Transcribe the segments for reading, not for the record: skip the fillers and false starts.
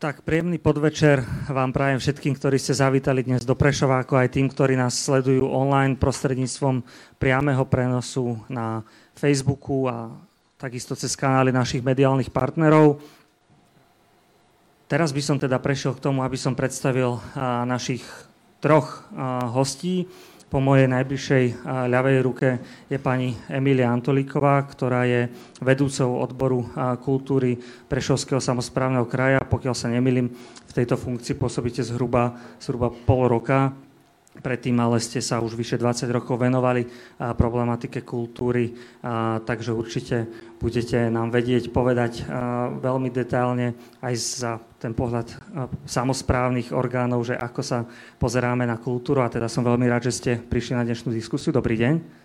Tak príjemný podvečer vám prajem všetkým, ktorí ste zavítali dnes do Prešova, ako aj tým, ktorí nás sledujú online prostredníctvom priameho prenosu na Facebooku a takisto cez kanály našich mediálnych partnerov. Teraz by som teda prešiel k tomu, aby som predstavil našich troch hostí. Po mojej najbližšej ľavej ruke je pani Emília Antolíková, ktorá je vedúcou odboru kultúry Prešovského samosprávneho kraja. Pokiaľ sa nemýlim, v tejto funkcii pôsobíte zhruba pol roka. Predtým ale ste sa už vyše 20 rokov venovali problematike kultúry, takže určite budete nám vedieť povedať veľmi detailne aj za ten pohľad samosprávnych orgánov, že ako sa pozeráme na kultúru. A teda som veľmi rád, že ste prišli na dnešnú diskusiu. Dobrý deň.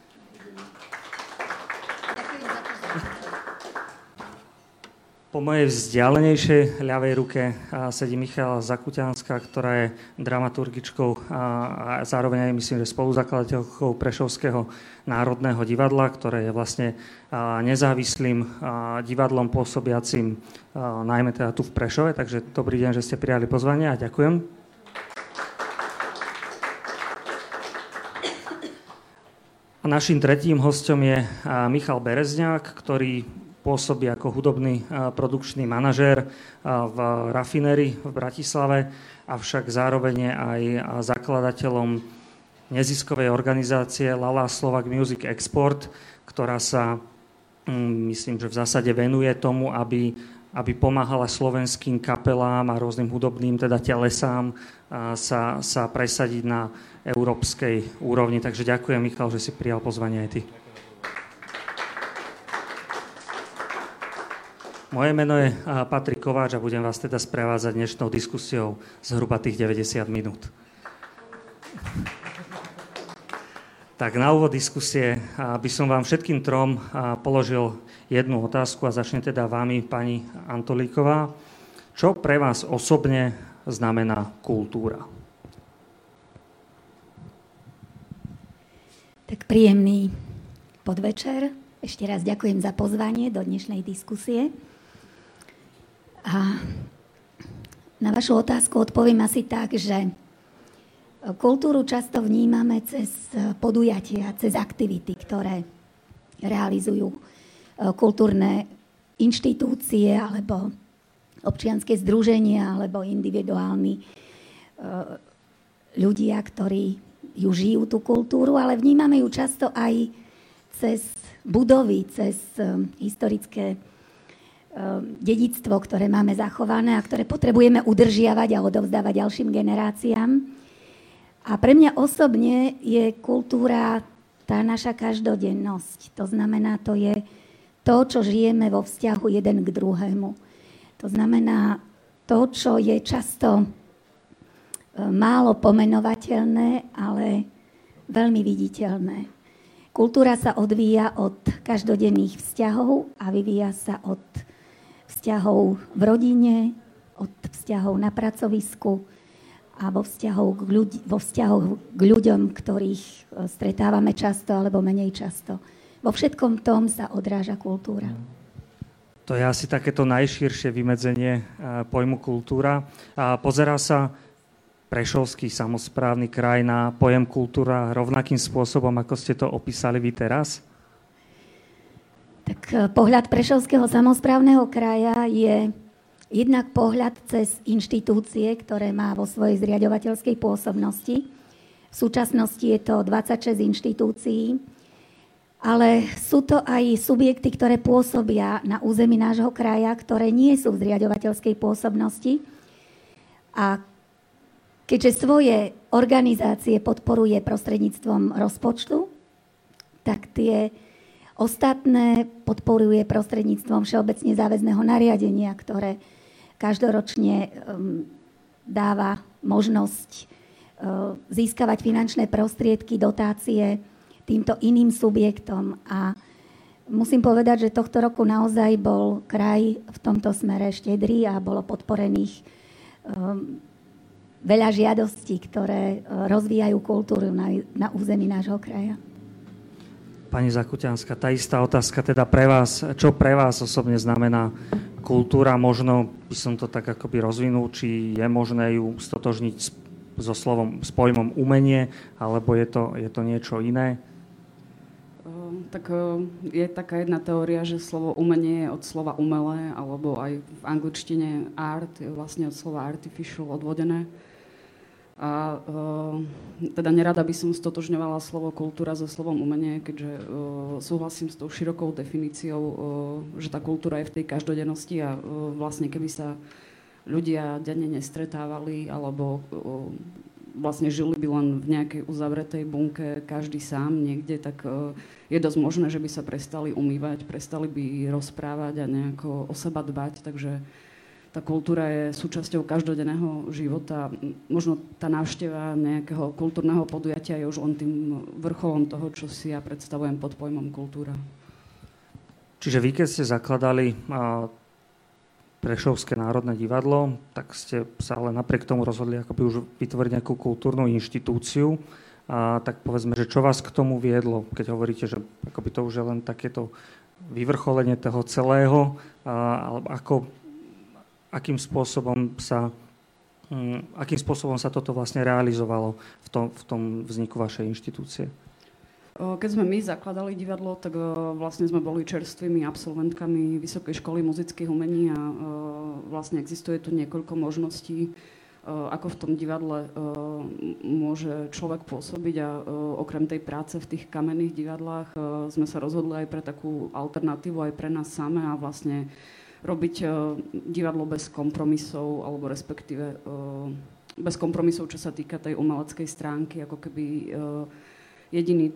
Po mojej vzdialenejšej ľavej ruke sedí Michála Zakutianská, ktorá je dramaturgičkou a zároveň aj myslím, že spoluzakladateľkou Prešovského národného divadla, ktoré je vlastne nezávislým divadlom pôsobiacim najmä teda tu v Prešove. Takže dobrý deň, že ste prijali pozvanie a ďakujem. A naším tretím hosťom je Michal Berezňák, ktorý pôsobí ako hudobný produkčný manažér v Rafinérii v Bratislave, avšak zároveň je aj zakladateľom neziskovej organizácie Lala Slovak Music Export, ktorá sa, myslím, že v zásade venuje tomu, aby pomáhala slovenským kapelám a rôznym hudobným teda telesám sa presadiť na európskej úrovni. Takže ďakujem, Michal, že si prijal pozvanie aj ty. Moje meno je Patrik Kováč a budem vás teda sprevádzať dnešnou diskusiou zhruba tých 90 minút. Tak na úvod diskusie by som vám všetkým trom položil jednu otázku a začne teda vami, pani Antolíková. Čo pre vás osobne znamená kultúra? Tak príjemný podvečer. Ešte raz ďakujem za pozvanie do dnešnej diskusie. A na vašu otázku odpoviem asi tak, že kultúru často vnímame cez podujatia, cez aktivity, ktoré realizujú kultúrne inštitúcie alebo občianske združenia alebo individuálni ľudia, ktorí ju žijú, tú kultúru, ale vnímame ju často aj cez budovy, cez historické dedičstvo, ktoré máme zachované a ktoré potrebujeme udržiavať a odovzdávať ďalším generáciám. A pre mňa osobne je kultúra tá naša každodennosť. To znamená, to je to, čo žijeme vo vzťahu jeden k druhému. To znamená to, čo je často málo pomenovateľné, ale veľmi viditeľné. Kultúra sa odvíja od každodenných vzťahov a vyvíja sa od vzťahov v rodine, od vzťahov na pracovisku a vo vzťahoch k ľuďom, ktorých stretávame často alebo menej často. Vo všetkom tom sa odráža kultúra. To je asi takéto najširšie vymedzenie pojmu kultúra. Pozerá sa Prešovský samosprávny kraj na pojem kultúra rovnakým spôsobom, ako ste to opísali vy teraz? Tak pohľad Prešovského samosprávneho kraja je jednak pohľad cez inštitúcie, ktoré má vo svojej zriaďovateľskej pôsobnosti. V súčasnosti je to 26 inštitúcií, ale sú to aj subjekty, ktoré pôsobia na území nášho kraja, ktoré nie sú v zriaďovateľskej pôsobnosti. A keďže svoje organizácie podporuje prostredníctvom rozpočtu, tak tie ostatné podporuje prostredníctvom všeobecne záväzného nariadenia, ktoré každoročne dáva možnosť získavať finančné prostriedky, dotácie týmto iným subjektom. A musím povedať, že tohto roku naozaj bol kraj v tomto smere štedrý a bolo podporených veľa žiadostí, ktoré rozvíjajú kultúru na území nášho kraja. Pani Zakutianská, tá istá otázka teda pre vás. Čo pre vás osobne znamená kultúra, možno by som to tak akoby rozvinul, či je možné ju stotožniť s pojmom umenie, alebo je to niečo iné? Tak je taká jedna teória, že slovo umenie je od slova umelé, alebo aj v angličtine art je vlastne od slova artificial odvodené. A teda nerada by som stotožňovala slovo kultúra so slovom umenie, keďže súhlasím s tou širokou definíciou, že tá kultúra je v tej každodennosti a vlastne keby sa ľudia denne nestretávali alebo vlastne žili by len v nejakej uzavretej bunke každý sám niekde, tak je dosť možné, že by sa prestali umývať, prestali by rozprávať a nejako o seba dbať, takže tá kultúra je súčasťou každodenného života. Možno tá návšteva nejakého kultúrneho podujatia je už len tým vrcholom toho, čo si ja predstavujem pod pojmom kultúra. Čiže vy, keď ste zakladali Prešovské národné divadlo, tak ste sa ale napriek tomu rozhodli akoby už vytvoriť nejakú kultúrnu inštitúciu. Tak povedzme, že čo vás k tomu viedlo, keď hovoríte, že akoby to už je len takéto vyvrcholenie toho celého, alebo akým spôsobom sa toto vlastne realizovalo v tom vzniku vašej inštitúcie? Keď sme my zakladali divadlo, tak vlastne sme boli čerstvými absolventkami Vysokej školy muzických umení a vlastne existuje tu niekoľko možností, ako v tom divadle môže človek pôsobiť a okrem tej práce v tých kamenných divadlách sme sa rozhodli aj pre takú alternatívu aj pre nás samé a vlastne robiť divadlo bez kompromisov, alebo respektíve bez kompromisov, čo sa týka tej umeleckej stránky, ako keby jediný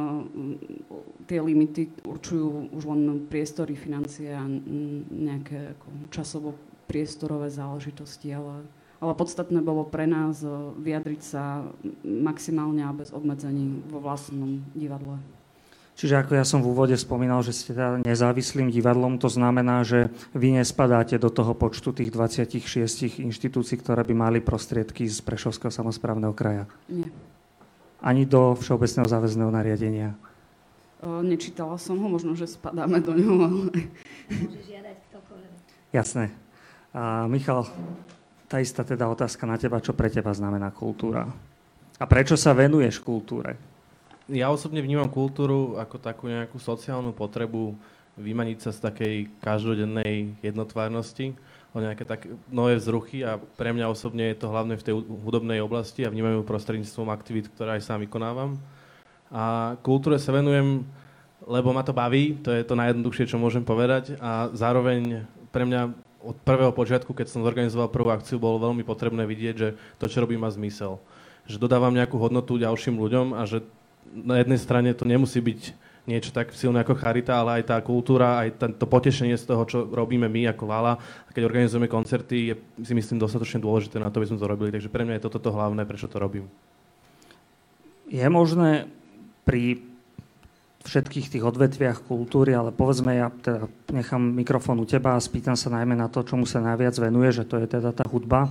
tie limity určujú už len priestory, financie a nejaké časovo-priestorové záležitosti, ale podstatné bolo pre nás vyjadriť sa maximálne a bez obmedzení vo vlastnom divadle. Čiže ako ja som v úvode spomínal, že ste teda nezávislým divadlom, to znamená, že vy nespadáte do toho počtu tých 26 inštitúcií, ktoré by mali prostriedky z Prešovského samosprávneho kraja? Nie. Ani do Všeobecného záväzného nariadenia? Nečítala som ho, možno, že spadáme do ňoho, ale... Môže žiadať ktokoľvek. Jasné. Michal, tá istá teda otázka na teba, čo pre teba znamená kultúra? A prečo sa venuješ kultúre? Ja osobne vnímam kultúru ako takú nejakú sociálnu potrebu vymaniť sa z takej každodennej jednotvárnosti, o nejaké také nové vzruchy a pre mňa osobne je to hlavne v tej hudobnej oblasti a vnímam ju prostredníctvom aktivít, ktoré aj sám vykonávam. A kultúre sa venujem, lebo ma to baví, to je to najjednoduchšie, čo môžem povedať a zároveň pre mňa od prvého počiatku, keď som zorganizoval prvú akciu, bolo veľmi potrebné vidieť, že to, čo robím, má zmysel. Že dodávam nejakú hodnotu ďalším ľuďom a že na jednej strane to nemusí byť niečo tak silné ako charita, ale aj tá kultúra, aj to potešenie z toho, čo robíme my ako Lala. A keď organizujeme koncerty, je si myslím dostatočne dôležité na to, aby sme to robili. Takže pre mňa je toto hlavné, prečo to robím. Je možné pri všetkých tých odvetviach kultúry, ale povedzme, ja teda nechám mikrofón u teba a spýtam sa najmä na to, čomu sa najviac venuje, že to je teda tá hudba.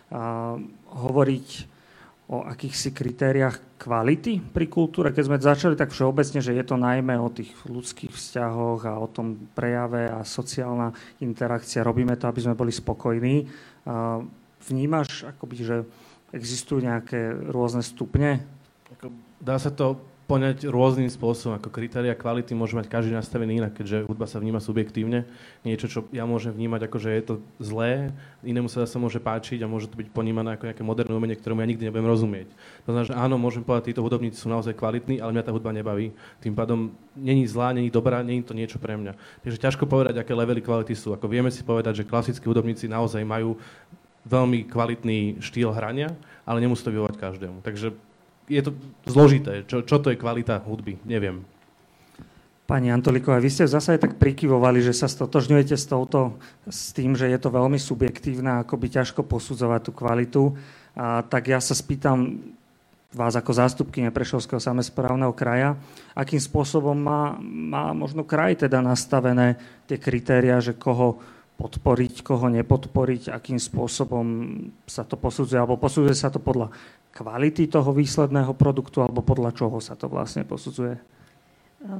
Hovoriť o akýchsi kritériách kvality pri kultúre. Keď sme začali tak všeobecne, že je to najmä o tých ľudských vzťahoch a o tom prejave a sociálna interakcia. Robíme to, aby sme boli spokojní. Vnímaš, akoby, že existujú nejaké rôzne stupne? Dá sa to poňať rôznym spôsobom. Ako kritéria kvality môže mať každý nastavený inak, keďže hudba sa vníma subjektívne. Niečo, čo ja môžem vnímať ako, že je to zlé, inému sa zase môže páčiť a môže to byť ponímané ako nejaké moderné umenie, ktorému ja nikdy nebudem rozumieť. To znamená, že áno, môžem povedať, títo hudobníci sú naozaj kvalitní, ale mňa tá hudba nebaví. Tým pádom není zlá, není dobrá, není to niečo pre mňa. Takže ťažko povedať, aké levely kvality sú. Ako vieme si povedať, že klasickí hudobníci naozaj majú veľmi kvalitný štýl hrania, ale nemusí to vyhovovať každému. Takže je to zložité. Čo to je kvalita hudby? Neviem. Pani Antolíková, vy ste zase aj tak prikyvovali, že sa stotožňujete s tým, že je to veľmi subjektívne, akoby ťažko posudzovať tú kvalitu. Tak ja sa spýtam vás ako zástupkyne Prešovského samosprávneho kraja, akým spôsobom má možno kraj teda nastavené tie kritéria, že koho podporiť, koho nepodporiť, akým spôsobom sa to posudzuje, alebo posudzuje sa to podľa kvality toho výsledného produktu, alebo podľa čoho sa to vlastne posudzuje?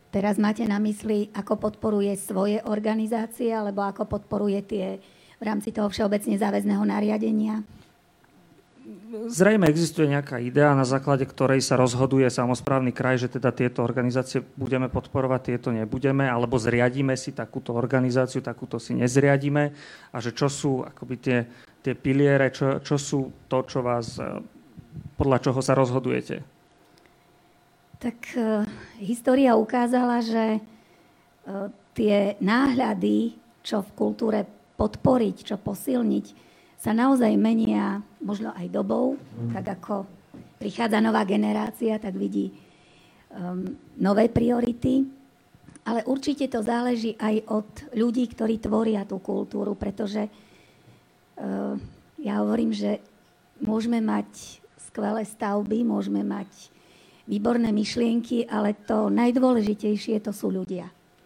teraz máte na mysli, ako podporuje svoje organizácie, alebo ako podporuje tie v rámci toho všeobecne záväzného nariadenia? Zrejme existuje nejaká idea, na základe ktorej sa rozhoduje samosprávny kraj, že teda tieto organizácie budeme podporovať, tieto nebudeme, alebo zriadíme si takúto organizáciu, takúto si nezriadíme a že čo sú akoby tie piliere, čo sú to, čo vás, podľa čoho sa rozhodujete? Tak história ukázala, že tie náhľady, čo v kultúre podporiť, čo posilniť, sa naozaj menia možno aj dobou, tak ako prichádza nová generácia, tak vidí nové priority. Ale určite to záleží aj od ľudí, ktorí tvoria tú kultúru, pretože ja hovorím, že môžeme mať skvelé stavby, môžeme mať výborné myšlienky, ale to najdôležitejšie to sú ľudia.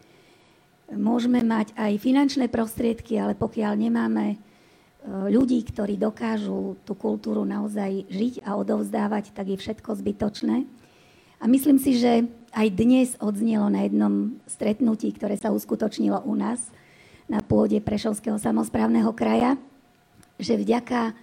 Môžeme mať aj finančné prostriedky, ale pokiaľ nemáme ľudí, ktorí dokážu tú kultúru naozaj žiť a odovzdávať, tak je všetko zbytočné. A myslím si, že aj dnes odznelo na jednom stretnutí, ktoré sa uskutočnilo u nás na pôde Prešovského samosprávneho kraja, že vďaka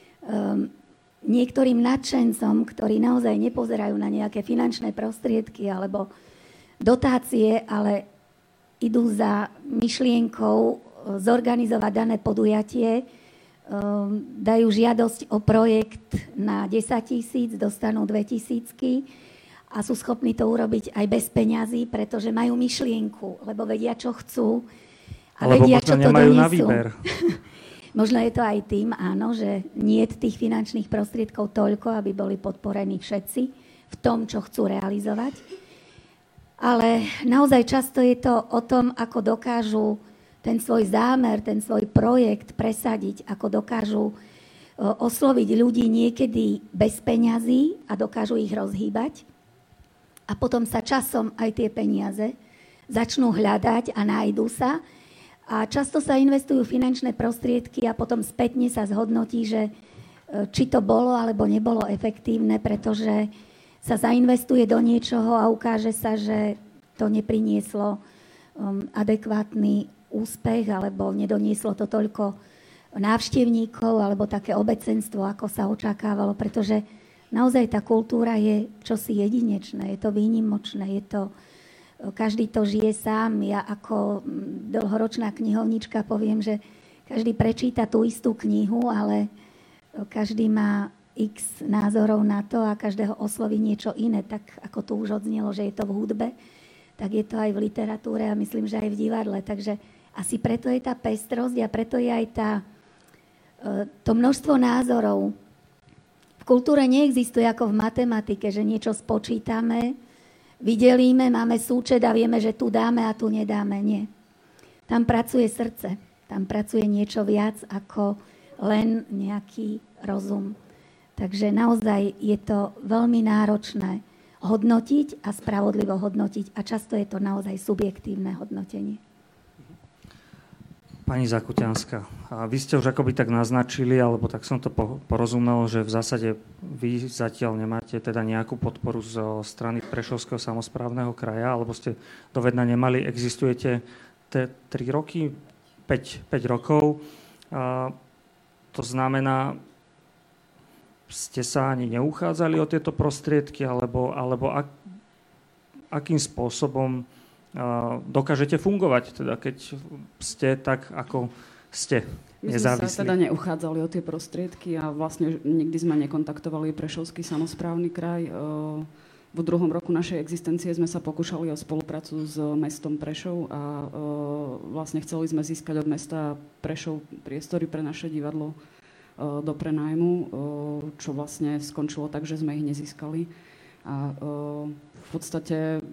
niektorým nadšencom, ktorí naozaj nepozerajú na nejaké finančné prostriedky alebo dotácie, ale idú za myšlienkou zorganizovať dané podujatie, dajú žiadosť o projekt na 10 000, dostanú 2 000 a sú schopní to urobiť aj bez peňazí, pretože majú myšlienku, lebo vedia, čo chcú a alebo vedia, čo to nemajú donesú. Na výber. Možno je to aj tým, áno, že nie je tých finančných prostriedkov toľko, aby boli podporení všetci v tom, čo chcú realizovať. Ale naozaj často je to o tom, ako dokážu ten svoj zámer, ten svoj projekt presadiť, ako dokážu osloviť ľudí niekedy bez peňazí a dokážu ich rozhýbať. A potom sa časom aj tie peniaze začnú hľadať a nájdú sa. A často sa investujú finančné prostriedky a potom spätne sa zhodnotí, že či to bolo alebo nebolo efektívne, pretože sa zainvestuje do niečoho a ukáže sa, že to neprinieslo adekvátny úspech, alebo nedonieslo to toľko návštevníkov, alebo také obecenstvo, ako sa očakávalo, pretože naozaj tá kultúra je čosi jedinečné, je to výnimočné, je to, každý to žije sám. Ja ako dlhoročná knihovnička poviem, že každý prečíta tú istú knihu, ale každý má x názorov na to a každého osloví niečo iné, tak ako tu už odznelo, že je to v hudbe, tak je to aj v literatúre a myslím, že aj v divadle, takže asi preto je tá pestrosť a preto je aj to množstvo názorov. V kultúre neexistuje ako v matematike, že niečo spočítame, vydelíme, máme súčet a vieme, že tu dáme a tu nedáme. Nie. Tam pracuje srdce, tam pracuje niečo viac ako len nejaký rozum. Takže naozaj je to veľmi náročné hodnotiť a spravodlivo hodnotiť a často je to naozaj subjektívne hodnotenie. Pani Zakutianská, a vy ste už akoby tak naznačili, alebo tak som to porozumel, že v zásade vy zatiaľ nemáte teda nejakú podporu zo strany Prešovského samosprávneho kraja, alebo ste dovedna nemali, existujete 3 roky, 5 rokov. To znamená, ste sa ani neuchádzali o tieto prostriedky, alebo akým spôsobom dokážete fungovať, teda keď ste tak, ako ste nezávislí? My sme sa teda neuchádzali o tie prostriedky a vlastne nikdy sme nekontaktovali Prešovský samosprávny kraj. V 2. roku našej existencie sme sa pokúšali o spoluprácu s mestom Prešov a vlastne chceli sme získať od mesta Prešov priestory pre naše divadlo do prenájmu, čo vlastne skončilo tak, že sme ich nezískali. A v podstate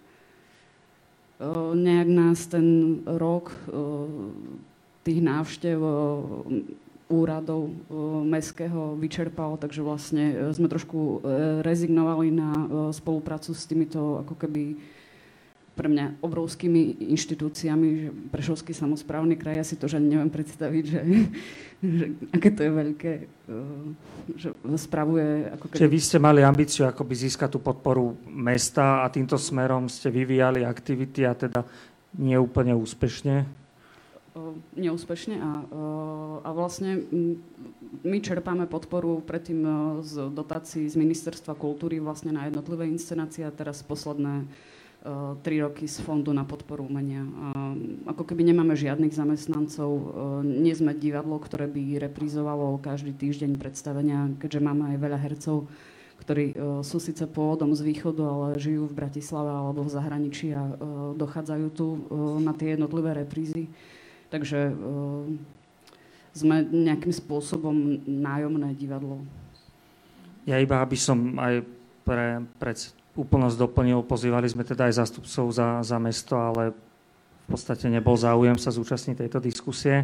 nejak nás ten rok tých návštev úradov mestského vyčerpal, takže vlastne sme trošku rezignovali na spoluprácu s týmito ako keby pre mňa obrovskými inštitúciami, že Prešovský samosprávny kraj, ja si to že neviem predstaviť, že aké to je veľké, že spravuje ako keby... Čiže vy ste mali ambíciu akoby získať tú podporu mesta a týmto smerom ste vyvíjali aktivity a teda nie úplne úspešne? Neúspešne a vlastne my čerpáme podporu predtým z dotácií z Ministerstva kultúry vlastne na jednotlivé inscenácie a teraz posledné 3 roky z Fondu na podporu umenia. Ako keby nemáme žiadnych zamestnancov, nie sme divadlo, ktoré by reprízovalo každý týždeň predstavenia, keďže máme aj veľa hercov, ktorí sú síce pôvodom z východu, ale žijú v Bratislave alebo v zahraničí a dochádzajú tu na tie jednotlivé reprízy. Takže sme nejakým spôsobom nájomné divadlo. Ja iba, aby som aj pre úplnosť doplnil, pozývali sme teda aj zástupcov za mesto, ale v podstate nebol záujem sa zúčastniť tejto diskusie.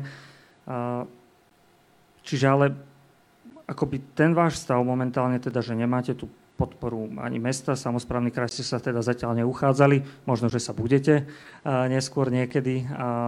Čiže ale akoby ten váš stav momentálne teda, že nemáte tú podporu ani mesta, samosprávny kraj ste sa teda zatiaľ neuchádzali, možno, že sa budete neskôr niekedy.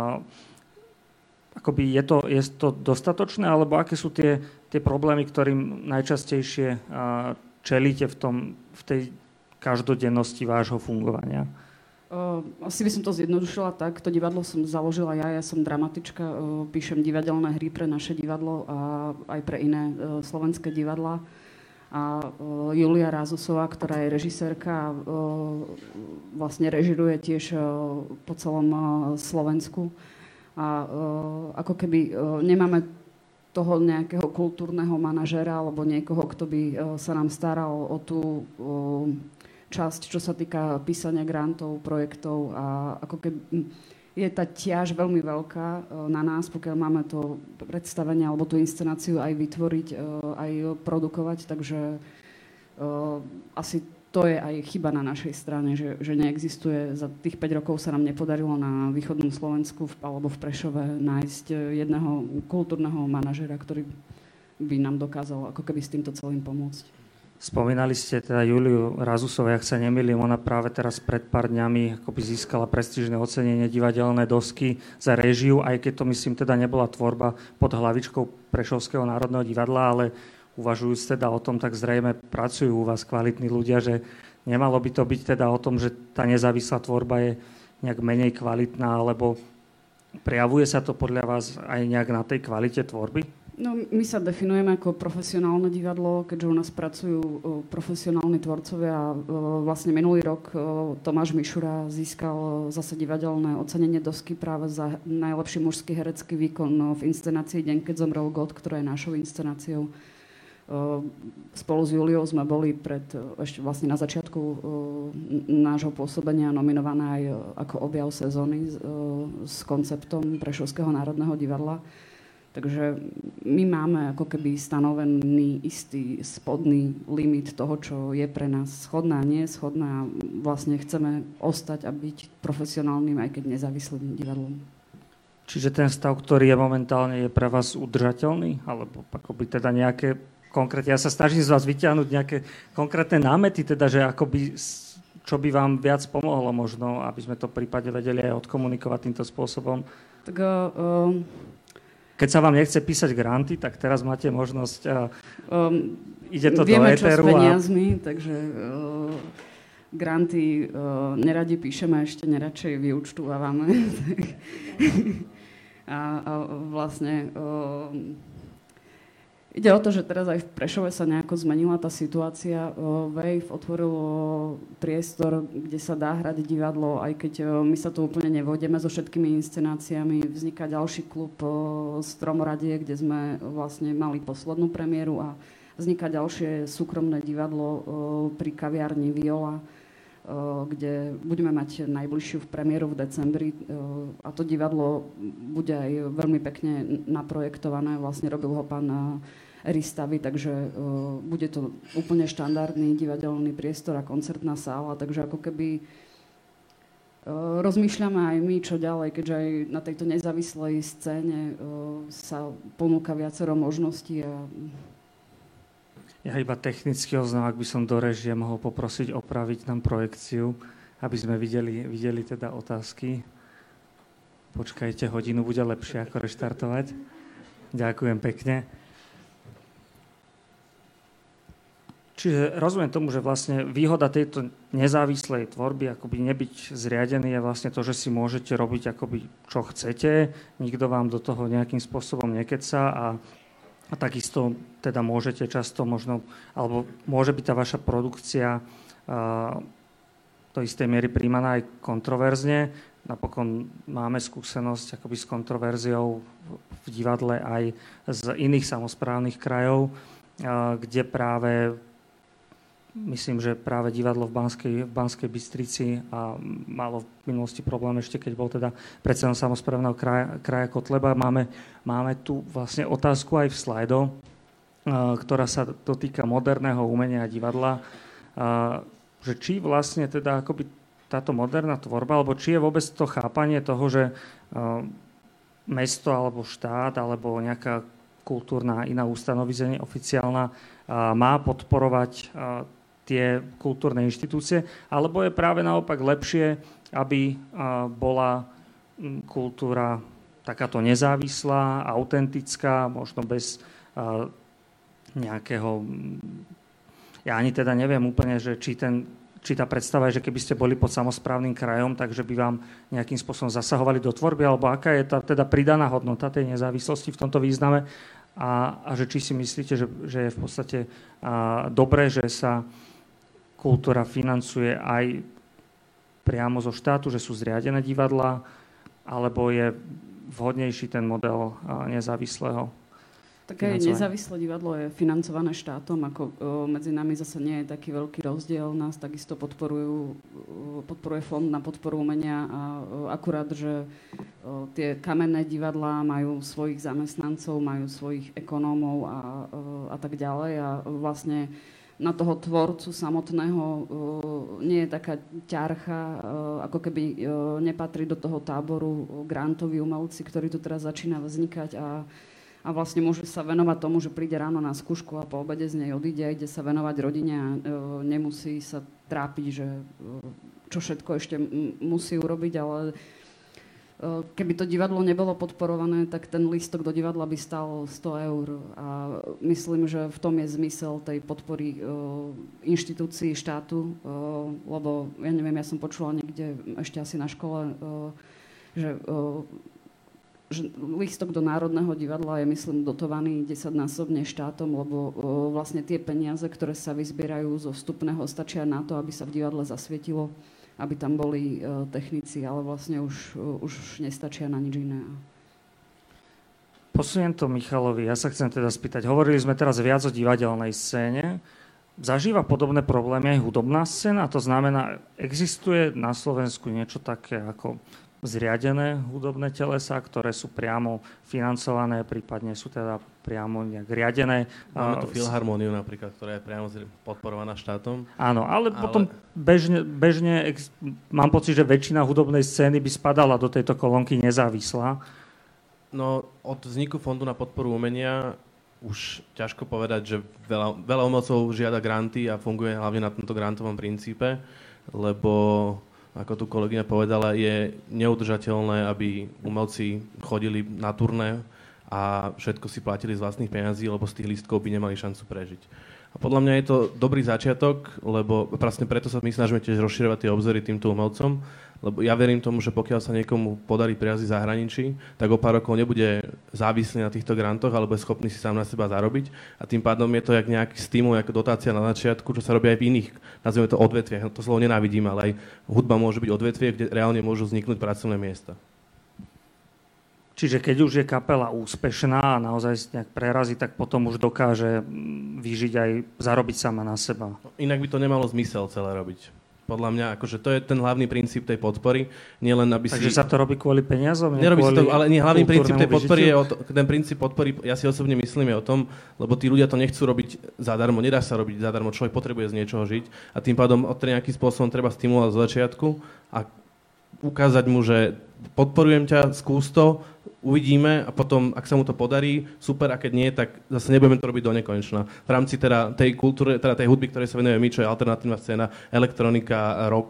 Akoby je to dostatočné, alebo aké sú tie problémy, ktorým najčastejšie čelíte v tej každodennosti vášho fungovania? Asi by som to zjednodušila tak. To divadlo som založila ja som dramatička, píšem divadelné hry pre naše divadlo a aj pre iné slovenské divadlá. A Julia Rázusová, ktorá je režisérka, vlastne režiruje tiež po celom Slovensku. A ako keby nemáme toho nejakého kultúrneho manažéra alebo niekoho, kto by sa nám staral o tú časť, čo sa týka písania grantov, projektov a ako keby je tá ťaž veľmi veľká na nás, pokiaľ máme to predstavenie alebo tú inscenáciu aj vytvoriť, aj produkovať, takže asi to je aj chyba na našej strane, že neexistuje, za tých 5 rokov sa nám nepodarilo na východnom Slovensku alebo v Prešove nájsť jedného kultúrneho manažera, ktorý by nám dokázal ako keby s týmto celým pomôcť. Spomínali ste teda Juliu Rázusovú, ak sa nemýlim, ona práve teraz pred pár dňami akoby získala prestížne ocenenie divadelné dosky za réžiu, aj keď to myslím teda nebola tvorba pod hlavičkou Prešovského národného divadla, ale uvažujúc teda o tom, tak zrejme pracujú u vás kvalitní ľudia, že nemalo by to byť teda o tom, že tá nezávislá tvorba je nejak menej kvalitná, alebo prejavuje sa to podľa vás aj nejak na tej kvalite tvorby? No, my sa definujeme ako profesionálne divadlo, keďže u nás pracujú profesionálni tvorcovia. Vlastne minulý rok Tomáš Mišura získal zase divadelné ocenenie dosky práve za najlepší mužský herecký výkon v inscenácii Deň, keď zomrel God, ktorá je našou inscenáciou. Spolu s Juliou sme boli ešte vlastne na začiatku nášho pôsobenia nominované aj ako objav sezóny s konceptom Prešovského národného divadla. Takže my máme ako keby stanovený istý spodný limit toho, čo je pre nás schodné a nie schodné a vlastne chceme ostať a byť profesionálnym, aj keď nezávislým divadlom. Čiže ten stav, ktorý je momentálne, je pre vás udržateľný? Alebo akoby teda nejaké konkrétne, ja sa snažím z vás vyťahnuť nejaké konkrétne námety, teda, že akoby, čo by vám viac pomohlo možno, aby sme to v prípade vedeli aj odkomunikovať týmto spôsobom? Tak keď sa vám nechce písať granty, tak teraz máte možnosť, ide to vieme, do éteru. Vieme, čo s peniazmi, takže granty neradi píšeme, ešte neradšej vyúčtúvame. a vlastne ide o to, že teraz aj v Prešove sa nejako zmenila tá situácia. Wave otvoril priestor, kde sa dá hrať divadlo, aj keď my sa tu úplne nevodieme so všetkými inscenáciami. Vzniká ďalší klub Stromoradie, kde sme vlastne mali poslednú premiéru a vzniká ďalšie súkromné divadlo pri kaviarni Viola, kde budeme mať najbližšiu premiéru v decembri a to divadlo bude aj veľmi pekne naprojektované. Vlastne robil ho pán Ristavy, takže bude to úplne štandardný divadelný priestor a koncertná sála, takže ako keby rozmýšľame aj my, čo ďalej, keďže aj na tejto nezávislej scéne sa ponúka viacero možností. Ja iba technicky oznám, ak by som do režie mohol poprosiť opraviť nám projekciu. aby sme videli teda otázky. Počkajte, hodinu bude lepšie ako reštartovať. Ďakujem pekne. Čiže rozumiem tomu, že vlastne výhoda tejto nezávislej tvorby, akoby nebyť zriadený, je vlastne to, že si môžete robiť akoby čo chcete, nikto vám do toho nejakým spôsobom nekeca a takisto teda môžete často možno, alebo môže byť tá vaša produkcia do istej miery príjmaná aj kontroverzne. Napokon máme skúsenosť akoby s kontroverziou v divadle aj z iných samosprávnych krajov, kde práve myslím, že práve divadlo v Banskej Bystrici a malo v minulosti problém ešte, keď bol teda predsedom samosprávneho kraja Kotleba. Máme tu vlastne otázku aj v slajdo, ktorá sa dotýka moderného umenia a divadla, že či vlastne teda akoby táto moderná tvorba, alebo či je vôbec to chápanie toho, že mesto alebo štát alebo nejaká kultúrna iná ustanovizenie oficiálna má podporovať tie kultúrne inštitúcie, alebo je práve naopak lepšie, aby bola kultúra takáto nezávislá, autentická, možno bez nejakého... Ja ani teda neviem úplne, že či tá predstava je, že keby ste boli pod samosprávnym krajom, takže by vám nejakým spôsobom zasahovali do tvorby, alebo aká je tá teda pridaná hodnota tej nezávislosti v tomto význame a že či si myslíte, že je v podstate dobré, že sa kultúra financuje aj priamo zo štátu, že sú zriadené divadlá, alebo je vhodnejší ten model nezávislého Také nezávislé divadlo je financované štátom, ako medzi nami zase nie je taký veľký rozdiel. Nás takisto podporuje Fond na podporu umenia a akurát, že tie kamenné divadlá majú svojich zamestnancov, majú svojich ekonómov a tak ďalej a vlastne na toho tvorcu samotného nie je taká ťarcha, ako keby nepatrí do toho táboru grantoví umelci, ktorí tu teraz začína vznikať a vlastne môže sa venovať tomu, že príde ráno na skúšku a po obede z nej odíde, ide sa venovať rodine a nemusí sa trápiť, že čo všetko ešte musí urobiť, ale keby to divadlo nebolo podporované, tak ten lístok do divadla by stál 100 eur a myslím, že v tom je zmysel tej podpory inštitúcií štátu, lebo ja neviem, ja som počula niekde ešte asi na škole, že lístok do Národného divadla je, myslím, dotovaný 10-násobne štátom, lebo vlastne tie peniaze, ktoré sa vyzbierajú zo vstupného, stačia na to, aby sa v divadle zasvietilo, aby tam boli technici, ale vlastne už nestačia na nič iné. Posuniem to Michalovi. Ja sa chcem teda spýtať. Hovorili sme teraz viac o divadelnej scéne. Zažíva podobné problémy aj hudobná scéna? To znamená, existuje na Slovensku niečo také ako zriadené hudobné telesá, ktoré sú priamo financované, prípadne sú teda priamo nejak riadené. Máme tu Filharmóniu napríklad, ktorá je priamo podporovaná štátom. Áno, ale potom bežne mám pocit, že väčšina hudobnej scény by spadala do tejto kolónky nezávislá. No, od vzniku Fondu na podporu umenia už ťažko povedať, že veľa umelcov žiada granty a funguje hlavne na tomto grantovom princípe, lebo ako tu kolegyňa povedala, je neudržateľné, aby umelci chodili na turné a všetko si platili z vlastných peňazí, lebo z tých lístkov by nemali šancu prežiť. A podľa mňa je to dobrý začiatok, lebo vlastne preto sa my snažíme tiež rozširovať tie obzory týmto umelcom, lebo ja verím tomu, že pokiaľ sa niekomu podarí prejazdiť v zahraničí, tak o pár rokov nebude závislý na týchto grantoch, alebo je schopný si sám na seba zarobiť. A tým pádom je to jak nejaký stimul, ako dotácia na začiatku, čo sa robí aj v iných, nazvime to odvetviach. To slovo nenávidím, ale aj hudba môže byť odvetvie, kde reálne môžu vzniknúť pracovné miesta. Čiže keď už je kapela úspešná a naozaj nejak prerazí, tak potom už dokáže vyžiť aj zarobiť sama na seba. Inak by to nemalo zmysel celé robiť. Podľa mňa, akože to je ten hlavný princíp tej podpory, nielen aby Takže sa to robí kvôli peniazom? Nerobí sa to, ale nie, hlavný princíp tej podpory je ten princíp podpory, ja si osobne myslím, je o tom, lebo tí ľudia to nechcú robiť zadarmo, nedá sa robiť zadarmo, človek potrebuje z niečoho žiť a tým pádom nejakým spôsobom treba stimulovať z začiatku a ukázať mu, že podporujem ťa, skús to, uvidíme a potom, ak sa mu to podarí, super, a keď nie, tak zase nebudeme to robiť do nekonečna. V rámci teda tej kultúry, teda tej hudby, ktorej sa venujeme my, čo je alternatívna scéna, elektronika, rock,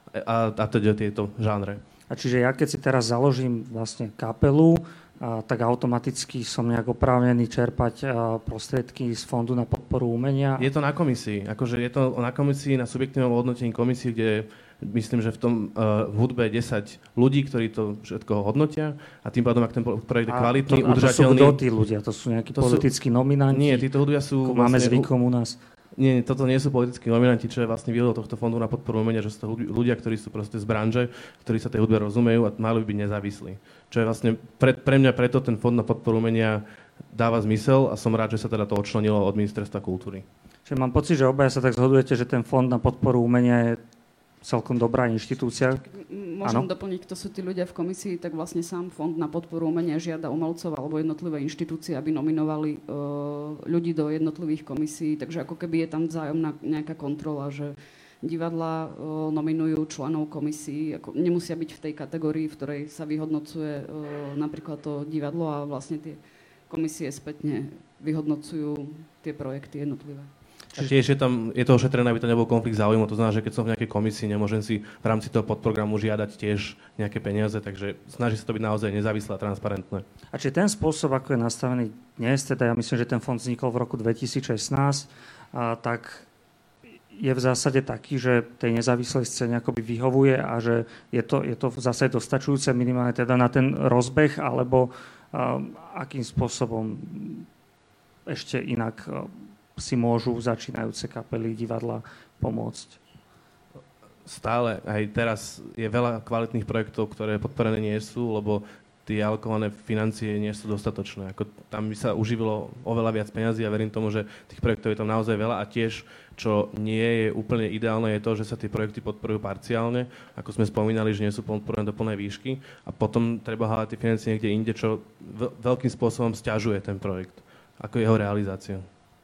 a teda tieto žánre. A čiže ja keď si teraz založím vlastne kapelu, tak automaticky som nejak oprávnený čerpať prostriedky z Fondu na podporu umenia? Je to na komisii. Akože je to na komisii, na subjektívnom hodnotení komisii, kde myslím, že v hudbe je 10 ľudí, ktorí to všetko hodnotia a tým pádom, ak ten projekt je kvalitný, udržateľný... A to sú kto tí ľudia? To sú nejakí politickí nominanti? Nie, títo ľudia sú... Máme zvykom u nás. Nie, toto nie sú politickí nominanti, čo je vlastne výhodou tohto fondu na podporu umenia, že sú to ľudia, ktorí sú proste z branže, ktorí sa tej hudbe rozumejú a mali by byť nezávislí. Čo je vlastne pre mňa preto ten fond na podporu umenia dáva zmysel a som rád, že sa teda to odčlenilo od Ministerstva kultúry. Čiže mám pocit, že obaja sa tak zhodujete, že ten fond na podporu umenia je celkom dobrá inštitúcia. Môžem doplniť, kto sú tí ľudia v komisii, tak vlastne sám Fond na podporu umenia žiada umelcov alebo jednotlivé inštitúcie, aby nominovali ľudí do jednotlivých komisí, takže ako keby je tam vzájomná nejaká kontrola, že divadlá nominujú členov komisí, ako nemusia byť v tej kategórii, v ktorej sa vyhodnocuje napríklad to divadlo a vlastne tie komisie spätne vyhodnocujú tie projekty jednotlivé. A tiež je to ošetrené, aby to nebol konflikt záujmov. To znamená, že keď som v nejakej komisii, nemôžem si v rámci toho podprogramu žiadať tiež nejaké peniaze, takže snaží sa to byť naozaj nezávislé a transparentné. A či ten spôsob, ako je nastavený dnes, teda ja myslím, že ten fond vznikol v roku 2016, tak je v zásade taký, že tej nezávislej scéne akoby vyhovuje a že je to v zásade dostačujúce minimálne teda na ten rozbeh, alebo akým spôsobom ešte inak si môžu začínajúce kapely, divadla pomôcť? Stále. Aj teraz je veľa kvalitných projektov, ktoré podporené nie sú, lebo tie alokované financie nie sú dostatočné. Tam by sa uživilo oveľa viac peňazí a verím tomu, že tých projektov je tam naozaj veľa a tiež, čo nie je úplne ideálne, je to, že sa tie projekty podporujú parciálne, ako sme spomínali, že nie sú podporené do plnej výšky a potom treba hľadať tie financie niekde inde, čo veľkým spôsobom sťažuje ten projekt, ako jeho realizáciu.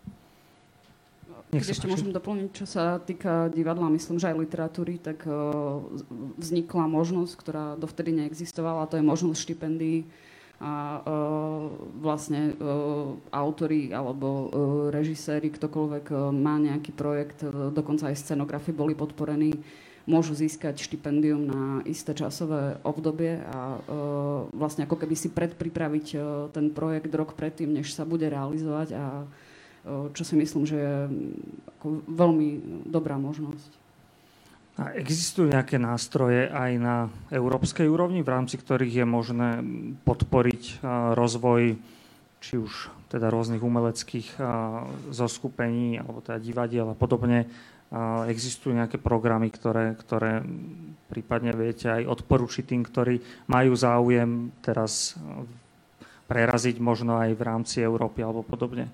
Keď ešte môžem doplniť, čo sa týka divadla, myslím, že aj literatúry, tak vznikla možnosť, ktorá dovtedy neexistovala, a to je možnosť štipendií a vlastne autori alebo režiséri, ktokoľvek má nejaký projekt, dokonca aj scenografy boli podporení, môžu získať štipendium na isté časové obdobie a vlastne ako keby si predpripraviť ten projekt rok predtým, než sa bude realizovať a čo si myslím, že je ako veľmi dobrá možnosť. A existujú nejaké nástroje aj na európskej úrovni, v rámci ktorých je možné podporiť rozvoj či už teda rôznych umeleckých zoskupení alebo teda divadiel a podobne? Existujú nejaké programy, ktoré prípadne viete aj odporučiť tým, ktorí majú záujem teraz preraziť možno aj v rámci Európy alebo podobne?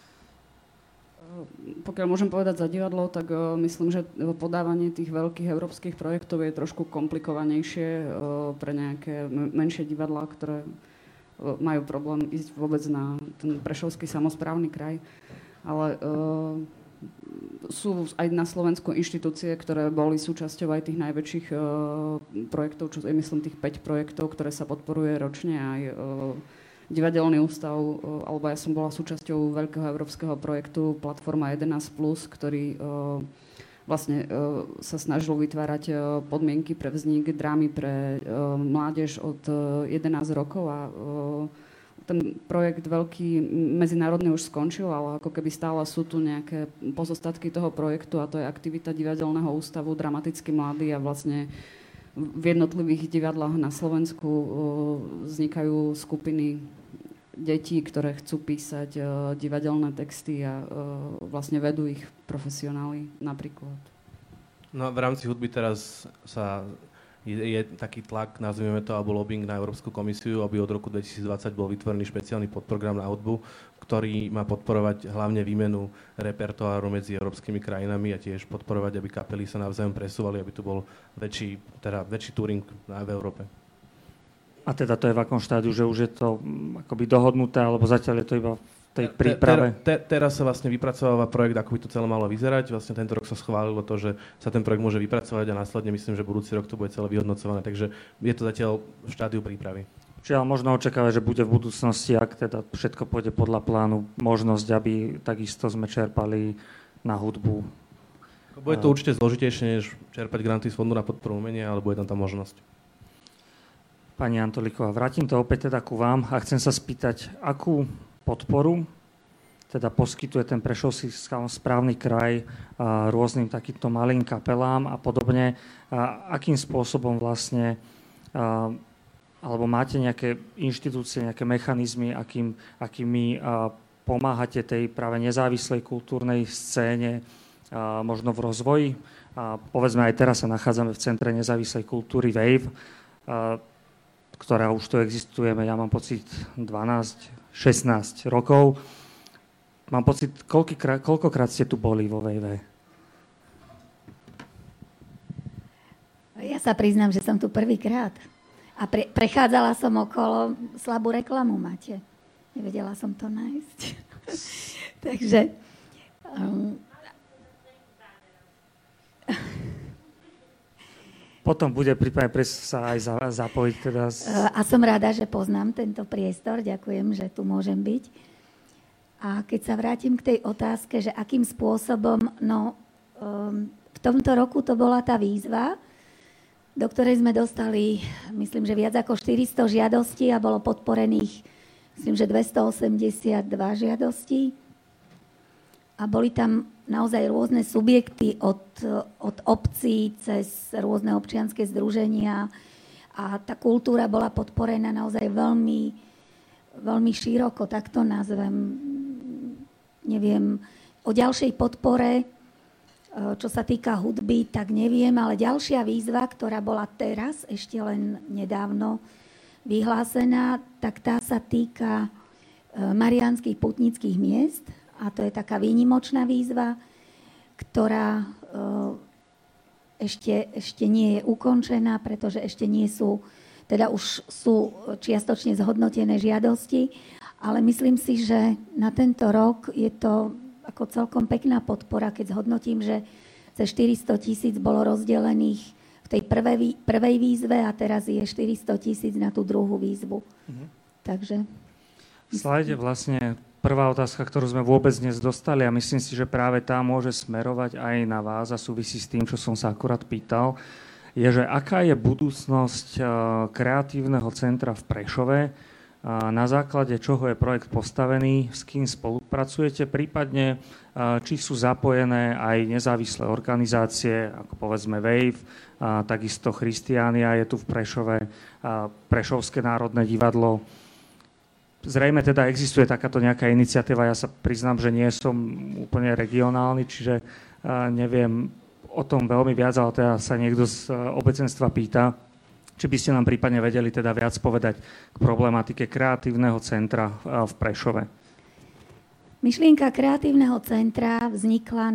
Pokiaľ môžem povedať za divadlo, tak myslím, že podávanie tých veľkých európskych projektov je trošku komplikovanejšie pre nejaké menšie divadlá, ktoré majú problém ísť vôbec na ten prešovský samosprávny kraj. Ale sú aj na Slovensku inštitúcie, ktoré boli súčasťou aj tých najväčších projektov, čo je myslím tých 5 projektov, ktoré sa podporuje ročne aj Divadelný ústav, alebo ja som bola súčasťou veľkého európskeho projektu Platforma 11+, ktorý vlastne sa snažil vytvárať podmienky pre vznik drámy pre mládež od 11 rokov a ten projekt veľký medzinárodný už skončil, ale ako keby stále sú tu nejaké pozostatky toho projektu a to je aktivita Divadelného ústavu Dramaticky mladý a vlastne v jednotlivých divadlách na Slovensku vznikajú skupiny detí, ktoré chcú písať divadelné texty a vlastne vedú ich profesionáli napríklad. No v rámci hudby teraz je taký tlak, nazvime to, alebo lobbying na Európsku komisiu, aby od roku 2020 bol vytvorený špeciálny podprogram na hudbu, ktorý má podporovať hlavne výmenu repertoáru medzi európskymi krajinami a tiež podporovať, aby kapely sa navzájom presúvali, aby tu bol väčší touring v Európe. A teda to je v akom štádiu, že už je to akoby dohodnuté, alebo zatiaľ je to iba v tej príprave? Teraz sa vlastne vypracováva projekt, ako by to celé malo vyzerať. Vlastne tento rok sa schválilo to, že sa ten projekt môže vypracovať a následne myslím, že budúci rok to bude celé vyhodnocované. Takže je to zatiaľ v štádiu prípravy. Čiže možno očakávať, že bude v budúcnosti, ak teda všetko pôjde podľa plánu, možnosť, aby takisto sme čerpali na hudbu Bude to určite zložitejšie, než čerpať granty z Fondu na podporu umenia, alebo je tam tá možnosť. Pani Antolíková, vrátim to opäť teda ku vám a chcem sa spýtať, akú podporu teda poskytuje ten Prešovský správny kraj rôznym takýmto malým kapelám a podobne. Akým spôsobom vlastne, alebo máte nejaké inštitúcie, nejaké mechanizmy, akými pomáhate tej práve nezávislej kultúrnej scéne, možno v rozvoji? Povedzme, aj teraz sa nachádzame v Centre nezávislej kultúry WAVE, ktorá už tu existujeme, ja mám pocit, 12-16 rokov. Mám pocit, koľkokrát ste tu boli vo WAVE? Ja sa priznám, že som tu prvýkrát. A prechádzala som okolo, slabú reklamu máte. Nevedela som to nájsť. Takže... Potom bude prípadne sa aj zapojiť. Teda A som rada, že poznám tento priestor. Ďakujem, že tu môžem byť. A keď sa vrátim k tej otázke, že akým spôsobom, v tomto roku to bola tá výzva, do ktorej sme dostali, myslím, že viac ako 400 žiadostí a bolo podporených, myslím, že 282 žiadostí. A boli tam naozaj rôzne subjekty od obcí cez rôzne občianske združenia a tá kultúra bola podporená naozaj veľmi, veľmi široko, tak to nazvem. Neviem, o ďalšej podpore, čo sa týka hudby, tak neviem, ale ďalšia výzva, ktorá bola teraz, ešte len nedávno vyhlásená, tak tá sa týka mariánskych putnických miest a to je taká výnimočná výzva, ktorá ešte nie je ukončená, pretože ešte nie sú, teda už sú čiastočne zhodnotené žiadosti, ale myslím si, že na tento rok je to ako celkom pekná podpora, keď zhodnotím, že cez 400 000 bolo rozdelených v tej prvej výzve a teraz je 400 000 na tú druhú výzvu. Takže... V slajde vlastne prvá otázka, ktorú sme vôbec dnes dostali a myslím si, že práve tá môže smerovať aj na vás a súvisí s tým, čo som sa akurát pýtal, je, že aká je budúcnosť kreatívneho centra v Prešove, na základe čoho je projekt postavený, s kým spolupracujete, prípadne či sú zapojené aj nezávislé organizácie, ako povedzme WAVE, takisto Christiania je tu v Prešove, Prešovské národné divadlo. Zrejme teda existuje takáto nejaká iniciatíva, ja sa priznám, že nie som úplne regionálny, čiže neviem o tom veľmi viac, ale teda sa niekto z obecenstva pýta, či by ste nám prípadne vedeli teda viac povedať k problematike kreatívneho centra v Prešove. Myšlienka kreatívneho centra vznikla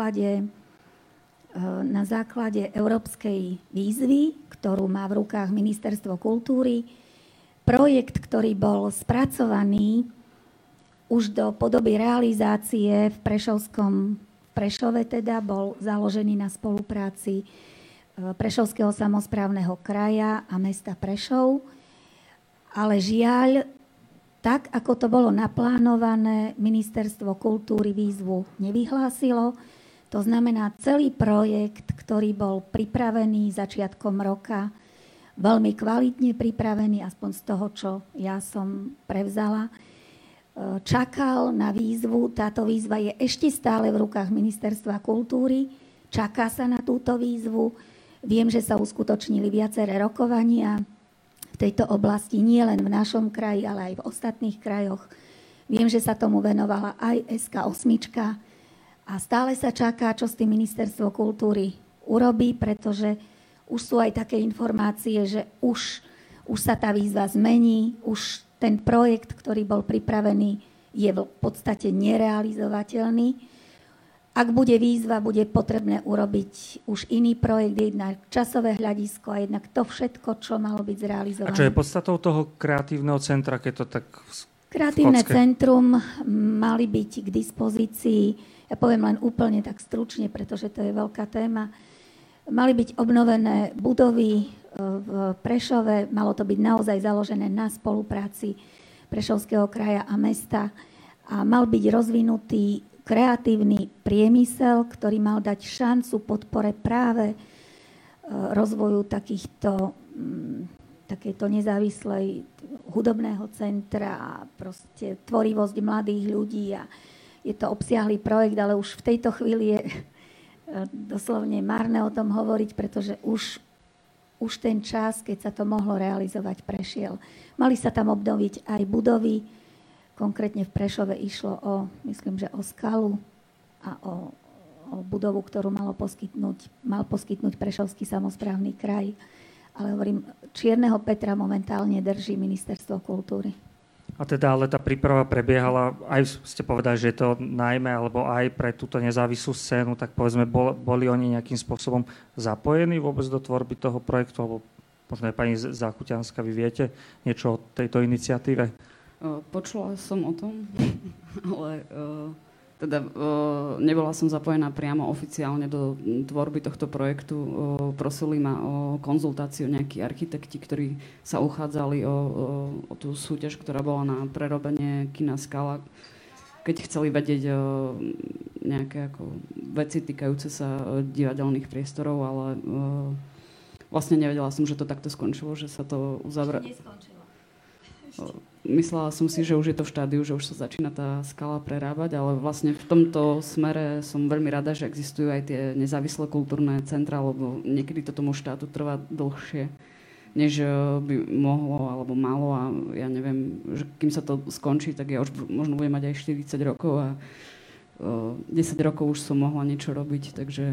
na základe európskej výzvy, ktorú má v rukách Ministerstvo kultúry. Projekt, ktorý bol spracovaný už do podoby realizácie v Prešove teda bol založený na spolupráci Prešovského samosprávneho kraja a mesta Prešov. Ale žiaľ, tak ako to bolo naplánované, Ministerstvo kultúry výzvu nevyhlásilo. To znamená, celý projekt, ktorý bol pripravený začiatkom roka, veľmi kvalitne pripravený, aspoň z toho, čo ja som prevzala, čakal na výzvu. Táto výzva je ešte stále v rukách Ministerstva kultúry. Čaká sa na túto výzvu. Viem, že sa uskutočnili viaceré rokovania v tejto oblasti, nie len v našom kraji, ale aj v ostatných krajoch. Viem, že sa tomu venovala aj SK8 a stále sa čaká, čo s tým Ministerstvo kultúry urobí, pretože už sú aj také informácie, že už sa tá výzva zmení, už ten projekt, ktorý bol pripravený, je v podstate nerealizovateľný. Ak bude výzva, bude potrebné urobiť už iný projekt, jednak časové hľadisko a jednak to všetko, čo malo byť zrealizované. A čo je podstatou toho kreatívneho centra, keď to tak... Kreatívne centrum mali byť k dispozícii, ja poviem len úplne tak stručne, pretože to je veľká téma, mali byť obnovené budovy v Prešove, malo to byť naozaj založené na spolupráci Prešovského kraja a mesta a mal byť rozvinutý kreatívny priemysel, ktorý mal dať šancu podpore práve rozvoju takéto nezávislej hudobného centra a proste tvorivosť mladých ľudí. A je to obsiahlý projekt, ale už v tejto chvíli je doslovne márne o tom hovoriť, pretože už ten čas, keď sa to mohlo realizovať, prešiel. Mali sa tam obnoviť aj budovy. Konkrétne v Prešove išlo myslím, že o skalu a o budovu, ktorú mal poskytnúť Prešovský samosprávny kraj. Ale hovorím, Čierneho Petra momentálne drží Ministerstvo kultúry. A teda, ale tá príprava prebiehala, aj ste povedali, že je to najmä, alebo aj pre túto nezávislú scénu, tak povedzme, boli oni nejakým spôsobom zapojení vôbec do tvorby toho projektu, alebo možno aj pani Záchutianská, vy viete niečo o tejto iniciatíve? Počula som o tom, ale nebola som zapojená priamo oficiálne do tvorby tohto projektu. Prosili ma o konzultáciu nejakí architekti, ktorí sa uchádzali o tú súťaž, ktorá bola na prerobenie kina Skala, keď chceli vedieť nejaké veci týkajúce sa divadelných priestorov, ale vlastne nevedela som, že to takto skončilo, že sa to uzavrelo. Neskončilo. Myslela som si, že už je to v štádiu, že už sa začína tá Skala prerábať, ale vlastne v tomto smere som veľmi rada, že existujú aj tie nezávislé kultúrne centra, lebo niekedy to tomu štátu trvá dlhšie, než by mohlo alebo malo, a ja neviem, že kým sa to skončí, tak ja už možno budem mať aj 40 rokov a 10 rokov už som mohla niečo robiť, takže...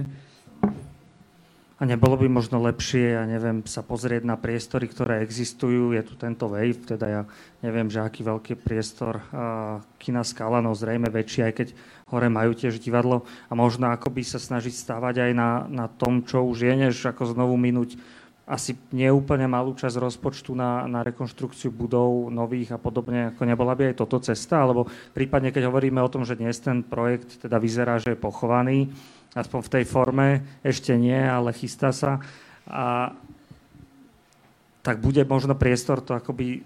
A nebolo by možno lepšie, ja neviem, sa pozrieť na priestory, ktoré existujú. Je tu tento Wave, teda ja neviem, že aký veľký priestor kina Skala, no zrejme väčší, aj keď hore majú tiež divadlo. A možno akoby sa snažiť stávať aj na tom, čo už je, než ako znovu minúť asi neúplne malú časť rozpočtu na rekonštrukciu budov nových a podobne. Ako nebola by aj toto cesta? Alebo prípadne, keď hovoríme o tom, že dnes ten projekt teda vyzerá, že je pochovaný, aspoň v tej forme, ešte nie, ale chystá sa. A tak bude možno priestor to akoby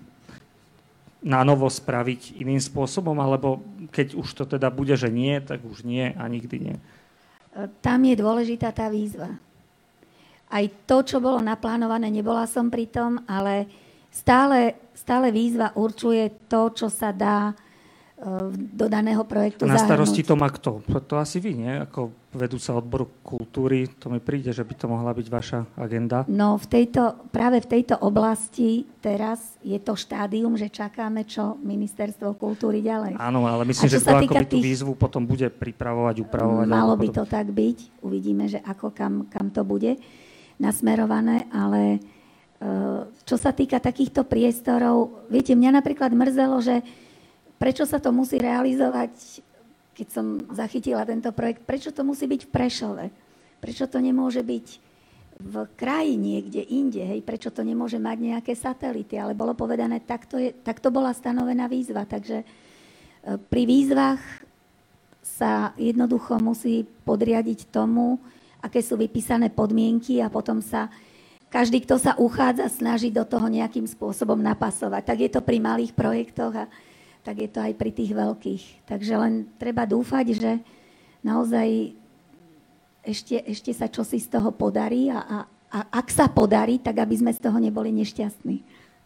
na novo spraviť iným spôsobom, alebo keď už to teda bude, že nie, tak už nie a nikdy nie. Tam je dôležitá tá výzva. Aj to, čo bolo naplánované, nebola som pri tom, ale stále výzva určuje to, čo sa dá do daného projektu zahrnúť. Na starosti to má kto? To asi vy, nie? Ako vedúca odboru kultúry, to mi príde, že by to mohla byť vaša agenda. No práve v tejto oblasti teraz je to štádium, že čakáme, čo Ministerstvo kultúry ďalej. Áno, ale myslím, že to akoby tú výzvu potom bude pripravovať, upravovať. Malo by to tak byť. Uvidíme, že ako kam to bude nasmerované, ale čo sa týka takýchto priestorov, viete, mňa napríklad mrzelo, že prečo sa to musí realizovať, keď som zachytila tento projekt, prečo to musí byť v Prešove? Prečo to nemôže byť v kraji niekde inde? Hej? Prečo to nemôže mať nejaké satelity? Ale bolo povedané, takto bola stanovená výzva. Takže pri výzvach sa jednoducho musí podriadiť tomu, aké sú vypísané podmienky, a potom sa každý, kto sa uchádza, snaží do toho nejakým spôsobom napasovať. Tak je to pri malých projektoch a tak je to aj pri tých veľkých. Takže len treba dúfať, že naozaj ešte sa čosi z toho podarí a ak sa podarí, tak aby sme z toho neboli nešťastní.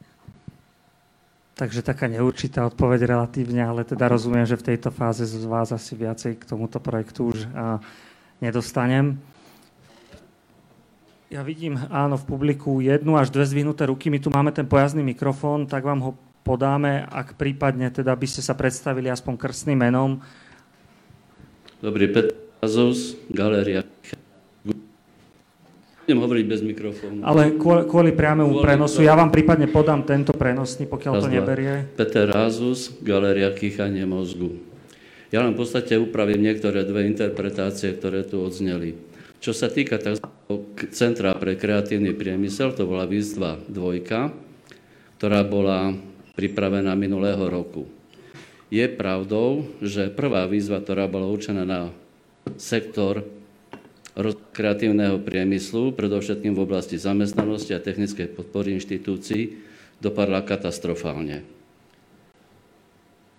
Takže taká neurčitá odpoveď relatívne, ale teda rozumiem, že v tejto fáze z vás asi viacej k tomuto projektu už nedostanem. Ja vidím, áno, v publiku 1 až 2 zdvihnuté ruky. My tu máme ten pojazdný mikrofón, tak vám ho podáme, ak prípadne teda by ste sa predstavili aspoň krstným menom. Dobrý, Peter Razos, Galéria. Budem hovoriť bez mikrofónu. Ale kvôli priamému prenosu, ja vám prípadne podám tento prenosný, pokiaľ to neberie. Peter Razos, Galéria Kýchanie mozgu. Ja len v podstate upravím niektoré 2 interpretácie, ktoré tu odzneli. Čo sa týka tzv. Centra pre kreatívny priemysel, to bola výzva 2, ktorá bola pripravená minulého roku. Je pravdou, že prvá výzva, ktorá bola určená na sektor kreatívneho priemyslu, predovšetkým v oblasti zamestnanosti a technickej podpory inštitúcií, dopadla katastrofálne.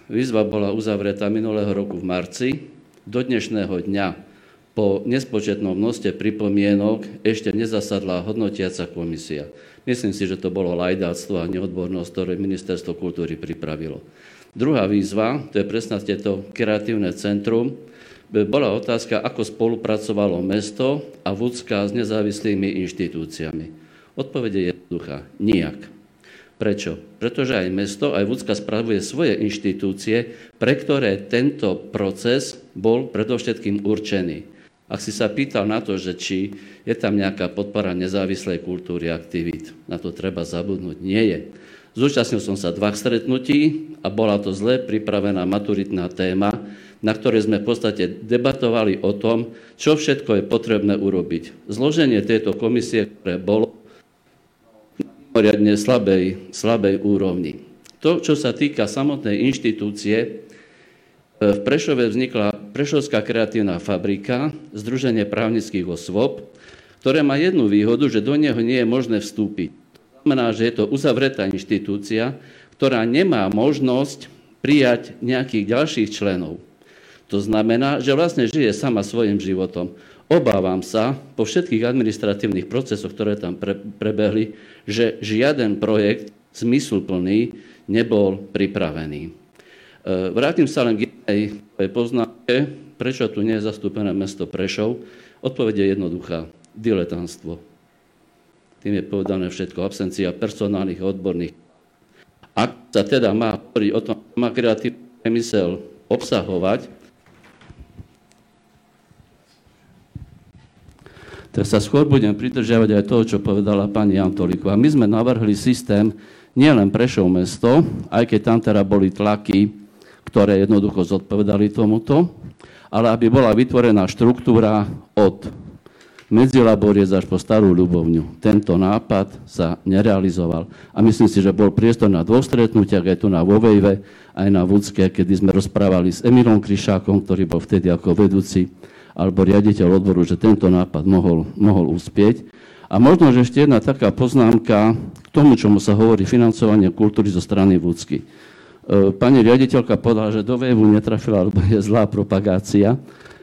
výzva bola uzavretá minulého roku v marci. Do dnešného dňa po nespočetnom množstve pripomienok ešte nezasadla hodnotiaca komisia. Myslím si, že to bolo lajdáctvo a neodbornosť, ktoré Ministerstvo kultúry pripravilo. Druhá výzva, to je presne to kreatívne centrum, bola otázka, ako spolupracovalo mesto a Vúcka s nezávislými inštitúciami. Odpovede je jednoduchá. Nijak. Prečo? Pretože aj mesto, aj Vúcka spravuje svoje inštitúcie, pre ktoré tento proces bol predovšetkým určený. Ak si sa pýtal na to, že či je tam nejaká podpora nezávislej kultúry aktivít, na to treba zabudnúť. Nie je. Zúčastnil som sa 2 stretnutí a bola to zle pripravená maturitná téma, na ktorej sme v podstate debatovali o tom, čo všetko je potrebné urobiť. Zloženie tejto komisie, ktoré bolo mimoriadne slabej úrovni. To, čo sa týka samotnej inštitúcie, v Prešove vznikla Prešovská kreatívna fabrika, Združenie právnických osôb, ktoré má jednu výhodu, že do neho nie je možné vstúpiť. To znamená, že je to uzavretá inštitúcia, ktorá nemá možnosť prijať nejakých ďalších členov. To znamená, že vlastne žije sama svojim životom. Obávam sa, po všetkých administratívnych procesoch, ktoré tam prebehli, že žiaden projekt zmysluplný nebol pripravený. Vrátim sa len k jednej poznámke, prečo tu nie je zastúpené mesto Prešov. Odpoveď je jednoduchá. Diletantstvo. Tým je povedané všetko. Absencia personálnych a odborných. Ak sa teda má hovoriť o tom, má kreatívny priemysel obsahovať, tak sa skôr budem pridržiavať aj toho, čo povedala pani Antolíková. My sme navrhli systém nielen Prešov mesto, aj keď tam teda boli tlaky, ktoré jednoducho zodpovedali tomuto, ale aby bola vytvorená štruktúra od Medzilaboriec až po Starú Ľubovňu. Tento nápad sa nerealizoval. A myslím si, že bol priestor na 2 stretnutiach, aj tu na Vovejve, aj na Vúcke, kedy sme rozprávali s Emilom Kryšákom, ktorý bol vtedy ako vedúci alebo riaditeľ odboru, že tento nápad mohol uspieť. A možno, že ešte jedna taká poznámka k tomu, čomu sa hovorí financovanie kultúry zo strany Vúcky. Pani riaditeľka povedala, že do Vejvu netrafila, lebo je zlá propagácia.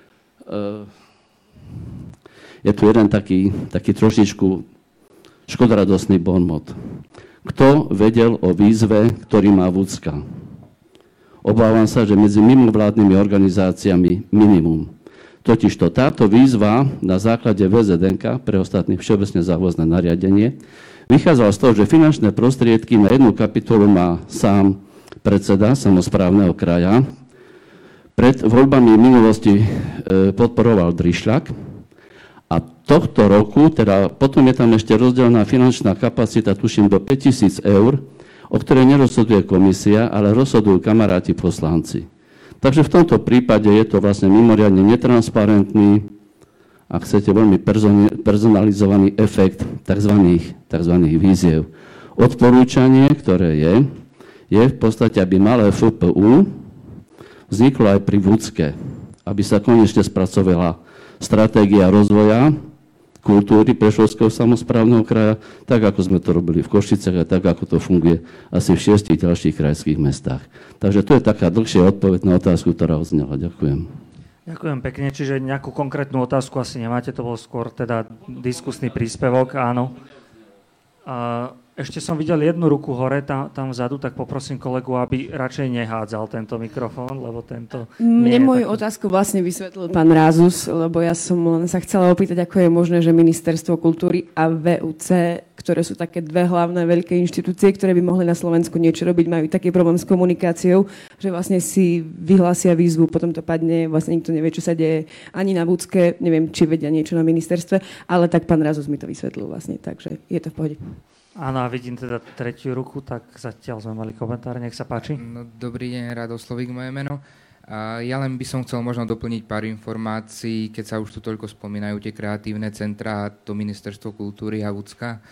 Je tu jeden taký trošičku škodoradostný bonmot. Kto vedel o výzve, ktorý má Vúcka? Obávam sa, že medzi mimovládnymi organizáciami minimum. Totižto táto výzva na základe VZNK, pre ostatných všeobecne závozné nariadenie, vychádzala z toho, že finančné prostriedky na jednu kapitolu má sám predseda samosprávneho kraja. Pred voľbami v minulosti podporoval Drišľak a tohto roku, teda potom je tam ešte rozdelená finančná kapacita, tuším do 5 000 eur, o ktorej nerozhoduje komisia, ale rozhodujú kamaráti poslanci. Takže v tomto prípade je to vlastne mimoriadne netransparentný, ak chcete, veľmi personalizovaný efekt tzv. Víziev. Odporúčanie, ktoré je v podstate, aby malé FPU vzniklo aj pri Vúcke, aby sa konečne spracovala stratégia rozvoja kultúry Prešovského samosprávneho kraja, tak ako sme to robili v Košicách a tak ako to funguje asi v 6 ďalších krajských mestách. Takže to je taká dlhšia odpoveď na otázku, ktorá odznela. Ďakujem. Ďakujem pekne. Čiže nejakú konkrétnu otázku asi nemáte, to bol skôr teda diskusný príspevok, áno. Ešte som videl jednu ruku hore tam vzadu, tak poprosím kolegu, aby radšej nehádzal tento mikrofón, lebo tento... Mne moju otázku vlastne vysvetlil pán Rázus, lebo ja som len sa chcela opýtať, ako je možné, že Ministerstvo kultúry a VUC, ktoré sú také 2 hlavné veľké inštitúcie, ktoré by mohli na Slovensku niečo robiť, majú taký problém s komunikáciou, že vlastne si vyhlásia výzvu, potom to padne, vlastne nikto nevie, čo sa deje ani na Vúcke, neviem, či vedia niečo na ministerstve, ale tak pán Rázus mi to vysvetlil vlastne, takže je to v pohode. Áno, a vidím teda tretiu ruku, tak zatiaľ sme mali komentár, nech sa páči. No, dobrý deň, Radov Slovík moje meno. Ja len by som chcel možno doplniť pár informácií, keď sa už tu toľko spomínajú tie kreatívne centrá, to Ministerstvo kultúry a Vúcka.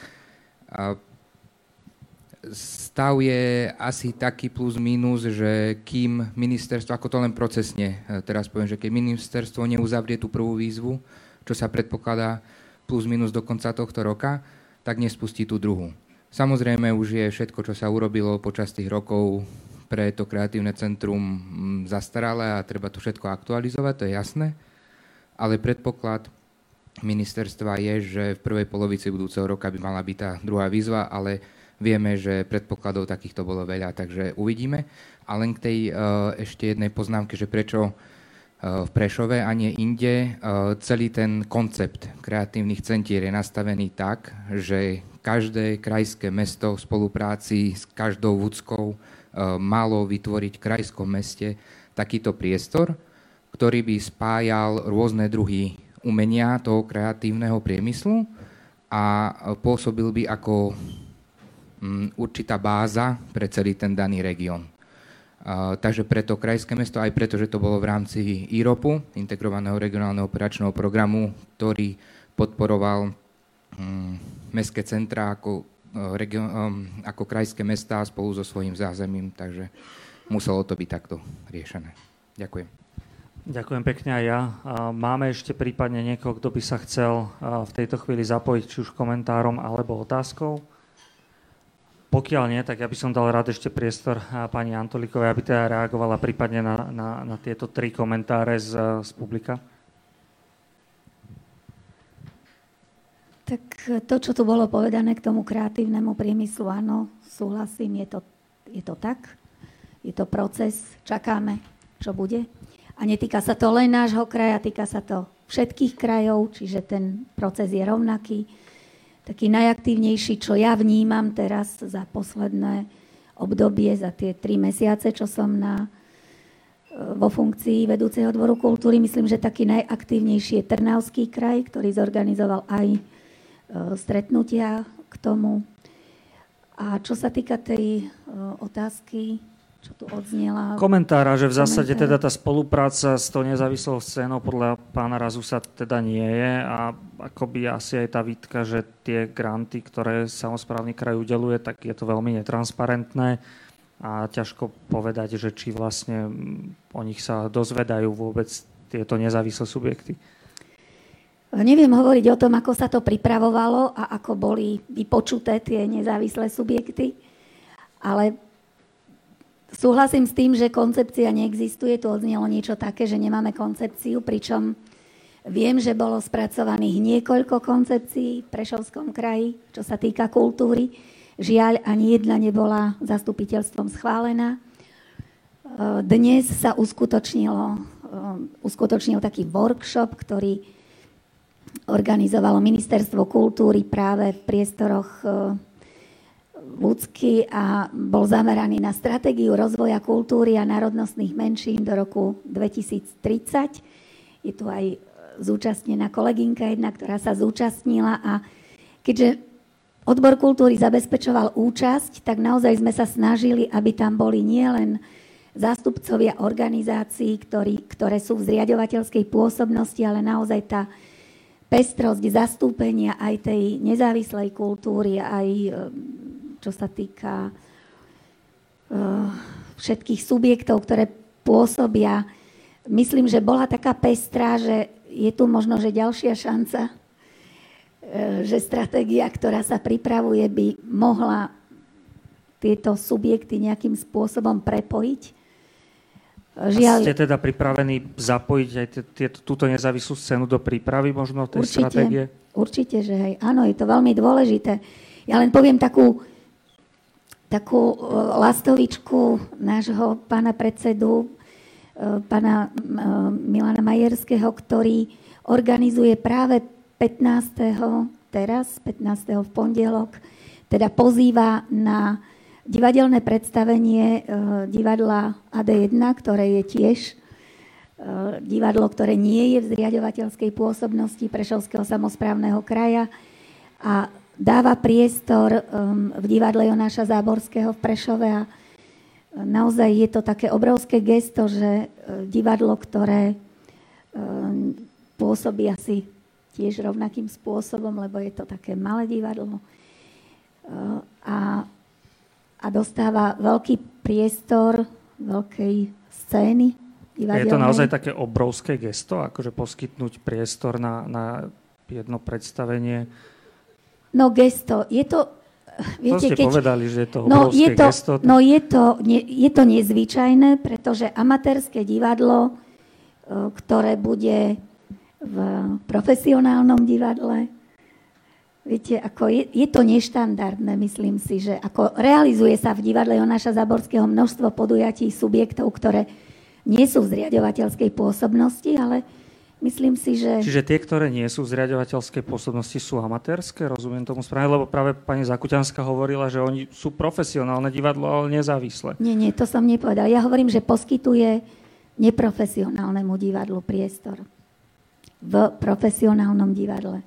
Stav je asi taký plus minus, že kým ministerstvo, ako to len procesne, teraz poviem, že keď ministerstvo neuzavrie tú prvú výzvu, čo sa predpokladá plus minus do konca tohto roka, tak nespustí tú druhú. Samozrejme už je všetko, čo sa urobilo počas tých rokov, pre to kreatívne centrum zastaralé a treba to všetko aktualizovať, to je jasné. Ale predpoklad ministerstva je, že v prvej polovici budúceho roka by mala byť tá druhá výzva, ale vieme, že predpokladov takýchto bolo veľa, takže uvidíme. A len k tej ešte jednej poznámke, že prečo v Prešove a nie inde. Celý ten koncept kreatívnych centier je nastavený tak, že každé krajské mesto v spolupráci s každou vúckou malo vytvoriť v krajskom meste takýto priestor, ktorý by spájal rôzne druhy umenia toho kreatívneho priemyslu a pôsobil by ako určitá báza pre celý ten daný región. Takže preto krajské mesto, aj preto, že to bolo v rámci IROPu, Integrovaného regionálneho operačného programu, ktorý podporoval mestské centrá ako krajské mestá spolu so svojím zázemím, takže muselo to byť takto riešené. Ďakujem. Ďakujem pekne aj ja. Máme ešte prípadne niekoho, kto by sa chcel v tejto chvíli zapojiť, či už komentárom alebo otázkou? Pokiaľ nie, tak ja by som dal rád ešte priestor pani Antolíkovej, aby teda reagovala prípadne na tieto 3 komentáre z publika. Tak to, čo tu bolo povedané k tomu kreatívnemu priemyslu, áno, súhlasím, je to tak. Je to proces, čakáme, čo bude. A netýka sa to len nášho kraja, týka sa to všetkých krajov, čiže ten proces je rovnaký. Taký najaktívnejší, čo ja vnímam teraz za posledné obdobie, za tie 3 mesiace, čo som vo funkcii vedúceho odboru kultúry. Myslím, že taký najaktívnejší je Trnavský kraj, ktorý zorganizoval aj stretnutia k tomu. A čo sa týka tej otázky, čo tu odznela. Komentára, že v zásade teda tá spolupráca s tou nezávislou scénou podľa pána Razusa teda nie je a akoby asi aj tá výtka, že tie granty, ktoré samosprávny kraj udeluje, tak je to veľmi netransparentné a ťažko povedať, že či vlastne o nich sa dozvedajú vôbec tieto nezávislé subjekty. Neviem hovoriť o tom, ako sa to pripravovalo a ako boli vypočuté tie nezávislé subjekty, ale súhlasím s tým, že koncepcia neexistuje. Tu odznelo niečo také, že nemáme koncepciu, pričom viem, že bolo spracovaných niekoľko koncepcií v Prešovskom kraji, čo sa týka kultúry. Žiaľ, ani jedna nebola zastupiteľstvom schválená. Dnes sa uskutočnil taký workshop, ktorý organizovalo Ministerstvo kultúry práve v priestoroch ľudský a bol zameraný na stratégiu rozvoja kultúry a národnostných menšín do roku 2030. Je tu aj zúčastnená kolegynka jedna, ktorá sa zúčastnila a keďže odbor kultúry zabezpečoval účasť, tak naozaj sme sa snažili, aby tam boli nielen zástupcovia organizácií, ktoré sú v zriaďovateľskej pôsobnosti, ale naozaj tá pestrosť zastúpenia aj tej nezávislej kultúry, aj čo sa týka všetkých subjektov, ktoré pôsobia. Myslím, že bola taká pestrá, že je tu možno, že ďalšia šanca, že stratégia, ktorá sa pripravuje, by mohla tieto subjekty nejakým spôsobom prepojiť. Žiaľ, ste teda pripravení zapojiť aj túto nezávislú scénu do prípravy možno tej stratégie? Určite, že hej. Áno, je to veľmi dôležité. Ja len poviem takú lastovičku nášho pána predsedu, pána Milana Majerského, ktorý organizuje práve 15. v pondelok, teda pozýva na divadelné predstavenie divadla AD1, ktoré je tiež divadlo, ktoré nie je v zriaďovateľskej pôsobnosti Prešovského samosprávneho kraja a dáva priestor v divadle Jonáša Záborského v Prešove a naozaj je to také obrovské gesto, že divadlo, ktoré pôsobí asi tiež rovnakým spôsobom, lebo je to také malé divadlo a dostáva veľký priestor veľkej scény divadelnej. Je to naozaj také obrovské gesto, akože poskytnúť priestor na jedno predstavenie? No gesto, je to viete, keď... povedali, že je to obrovské gesto. No je to nezvyčajné, pretože amatérske divadlo, ktoré bude v profesionálnom divadle, viete, ako je to neštandardné, myslím si, že ako realizuje sa v divadle Jonáša Záborského množstvo podujatí subjektov, ktoré nie sú v zriaďovateľskej pôsobnosti, ale myslím si, že... Čiže tie, ktoré nie sú v zriaďovateľskej pôsobnosti, sú amatérske? Rozumiem tomu správne? Lebo práve pani Zakutianská hovorila, že oni sú profesionálne divadlo, ale nezávislé. Nie, to som nepovedal. Ja hovorím, že poskytuje neprofesionálnemu divadlu priestor v profesionálnom divadle.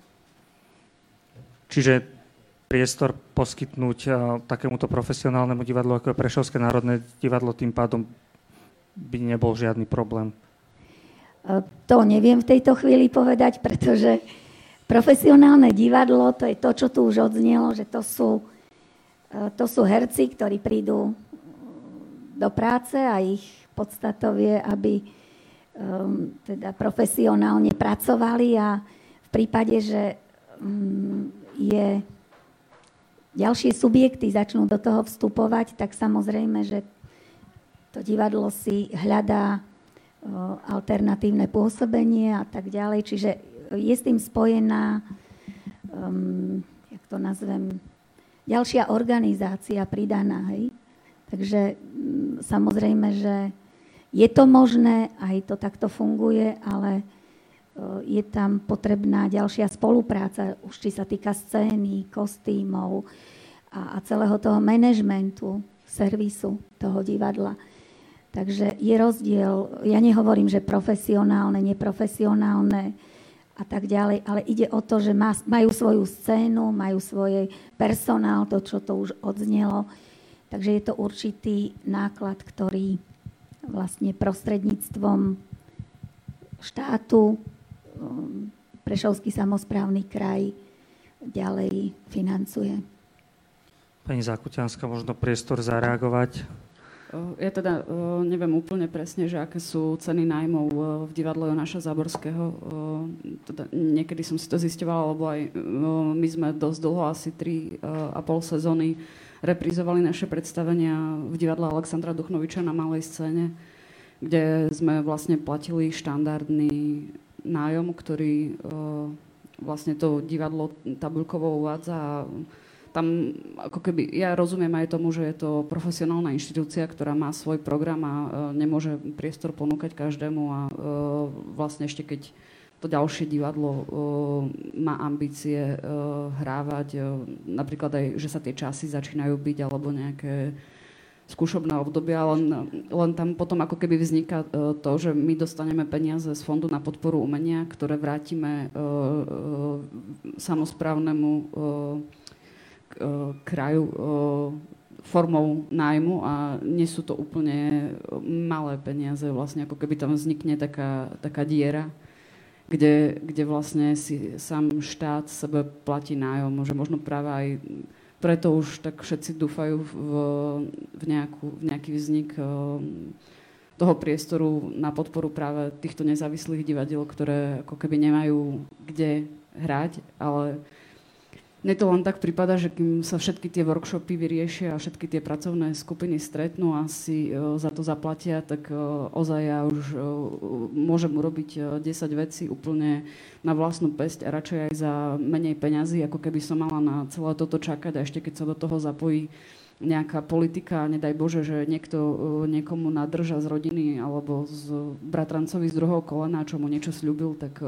Čiže priestor poskytnúť takémuto profesionálnemu divadlu, ako je Prešovské národné divadlo, tým pádom by nebol žiadny problém. To neviem v tejto chvíli povedať, pretože profesionálne divadlo, to je to, čo tu už odznelo, že to sú herci, ktorí prídu do práce a ich podstatou je, aby teda profesionálne pracovali a v prípade, že ďalšie subjekty začnú do toho vstupovať, tak samozrejme, že to divadlo si hľadá alternatívne pôsobenie a tak ďalej. Čiže je s tým spojená, jak to nazvem, ďalšia organizácia pridaná. Hej? Takže samozrejme, že je to možné, aj to takto funguje, ale je tam potrebná ďalšia spolupráca, už či sa týka scény, kostýmov a celého toho manažmentu, servisu toho divadla. Takže je rozdiel, ja nehovorím, že profesionálne, neprofesionálne a tak ďalej, ale ide o to, že majú svoju scénu, majú svoj personál, to, čo to už odznelo. Takže je to určitý náklad, ktorý vlastne prostredníctvom štátu Prešovský samosprávny kraj ďalej financuje. Pani Zakutianská, možno priestor zareagovať? Ja teda neviem úplne presne, že aké sú ceny nájmov v divadle Jonáša Záborského. Teda niekedy som si to zisťovala, lebo aj my sme dosť dlho, asi 3,5 sezóny, reprízovali naše predstavenia v divadle Alexandra Duchnoviča na malej scéne, kde sme vlastne platili štandardný nájom, ktorý vlastne to divadlo tabuľkovo uvádza. Tam ako keby, ja rozumiem aj tomu, že je to profesionálna inštitúcia, ktorá má svoj program a nemôže priestor ponúkať každému a vlastne ešte keď to ďalšie divadlo má ambície hrávať, napríklad aj, že sa tie časy začínajú byť alebo nejaké skúšobné obdobia, len tam potom ako keby vzniká to, že my dostaneme peniaze z Fondu na podporu umenia, ktoré vrátime samosprávnemu kraju formou nájmu a nie sú to úplne malé peniaze, vlastne ako keby tam vznikne taká diera, kde vlastne si sám štát sebe platí nájom, že možno práve aj preto už tak všetci dúfajú v nejaký vznik toho priestoru na podporu práve týchto nezávislých divadiel, ktoré ako keby nemajú kde hrať, ale mne to len tak prípada, že kým sa všetky tie workshopy vyriešia a všetky tie pracovné skupiny stretnú a si za to zaplatia, tak ozaj ja už môžem urobiť 10 vecí úplne na vlastnú päsť a radšej aj za menej peňazí, ako keby som mala na celé toto čakať a ešte keď sa do toho zapojí nejaká politika, nedaj Bože, že niekto niekomu nadrža z rodiny alebo z bratrancovi z druhého kolena, čo mu niečo sľúbil, tak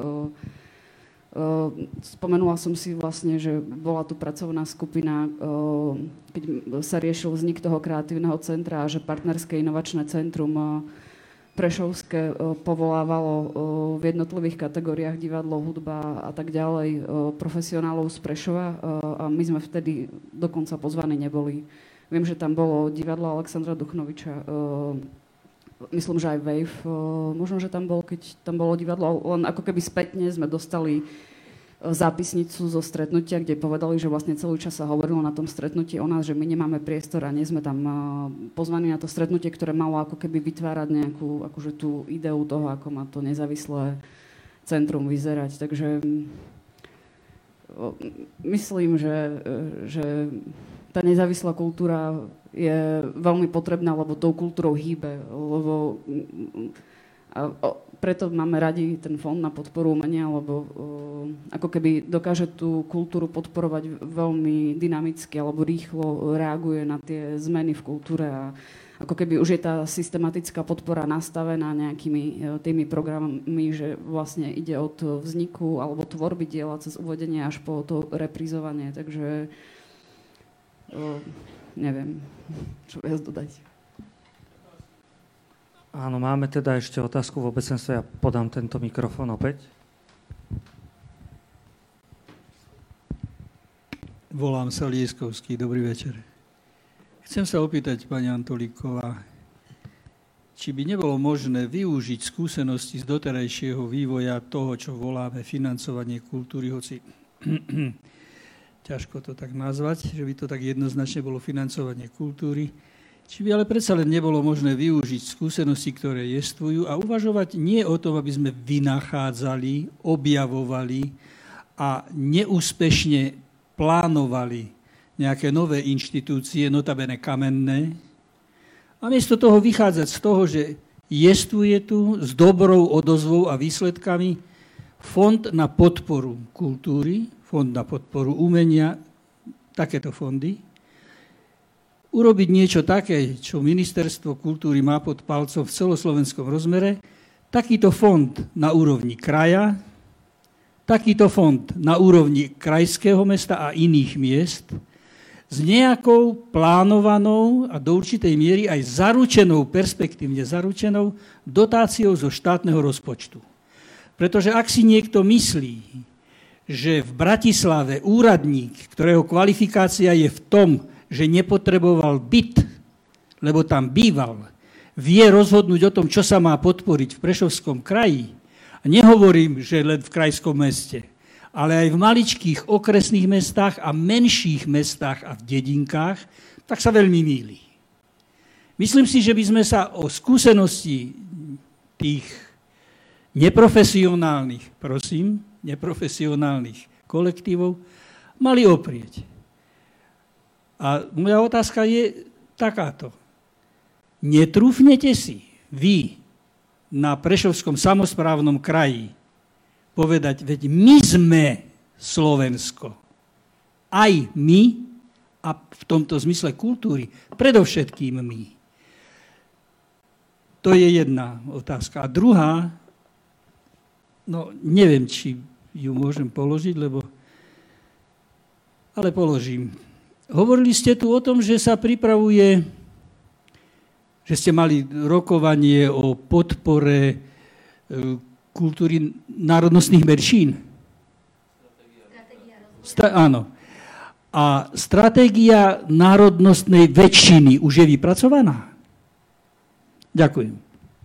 spomenula som si vlastne, že bola tu pracovná skupina, keď sa riešil vznik toho kreatívneho centra a že partnerské inovačné centrum Prešovské povolávalo v jednotlivých kategóriách divadlo, hudba a tak ďalej profesionálov z Prešova a my sme vtedy dokonca pozvaní neboli. Viem, že tam bolo divadlo Alexandra Duchnoviča, myslím, že aj Wave, možno, že tam bol, keď tam bolo divadlo, len ako keby spätne sme dostali zápisnicu zo stretnutia, kde povedali, že vlastne celý čas sa hovorilo na tom stretnutí o nás, že my nemáme priestor a nie sme tam pozvaní na to stretnutie, ktoré malo ako keby vytvárať nejakú akože tú ideu toho, ako má to nezávislé centrum vyzerať. Takže myslím, že tá nezávislá kultúra je veľmi potrebná, lebo tou kultúrou hýbe, lebo preto máme radi ten fond na podporu umenia, lebo ako keby dokáže tú kultúru podporovať veľmi dynamicky alebo rýchlo reaguje na tie zmeny v kultúre a ako keby už je tá systematická podpora nastavená nejakými tými programami, že vlastne ide od vzniku alebo tvorby diela cez uvedenie až po to reprízovanie, takže neviem, čo viac dodať. Áno, máme teda ešte otázku v obecenstve. Ja podám tento mikrofón opäť. Volám sa Lieskovský. Dobrý večer. Chcem sa opýtať, pani Antolíková, či by nebolo možné využiť skúsenosti z doterajšieho vývoja toho, čo voláme financovanie kultúry, hoci ťažko to tak nazvať, že by to tak jednoznačne bolo financovanie kultúry, či by ale predsa len nebolo možné využiť skúsenosti, ktoré jestvujú a uvažovať nie o tom, aby sme vynachádzali, objavovali a neúspešne plánovali nejaké nové inštitúcie, notabene kamenné, a miesto toho vychádzať z toho, že jestvuje tu s dobrou odozvou a výsledkami Fond na podporu kultúry, Fond na podporu umenia, takéto fondy, urobiť niečo také, čo Ministerstvo kultúry má pod palcom v celoslovenskom rozmere, takýto fond na úrovni kraja, takýto fond na úrovni krajského mesta a iných miest, s nejakou plánovanou a do určitej miery aj zaručenou, perspektívne zaručenou dotáciou zo štátneho rozpočtu. Pretože ak si niekto myslí, že v Bratislave úradník, ktorého kvalifikácia je v tom, že nepotreboval byt, lebo tam býval, vie rozhodnúť o tom, čo sa má podporiť v Prešovskom kraji, a nehovorím, že len v krajskom meste, ale aj v maličkých okresných mestách a menších mestách a v dedinkách, tak sa veľmi mýli. Myslím si, že by sme sa o skúsenosti tých neprofesionálnych kolektívov mali oprieť. A moja otázka je takáto. Netrúfnete si vy na Prešovskom samosprávnom kraji povedať, veď my sme Slovensko. Aj my, a v tomto zmysle kultúry, predovšetkým my. To je jedna otázka. A druhá, no neviem, či ju môžem položiť, ale položím. Hovorili ste tu o tom, že sa pripravuje, že ste mali rokovanie o podpore kultúry národnostných menšín. Áno. A stratégia národnostnej väčšiny už je vypracovaná? Ďakujem.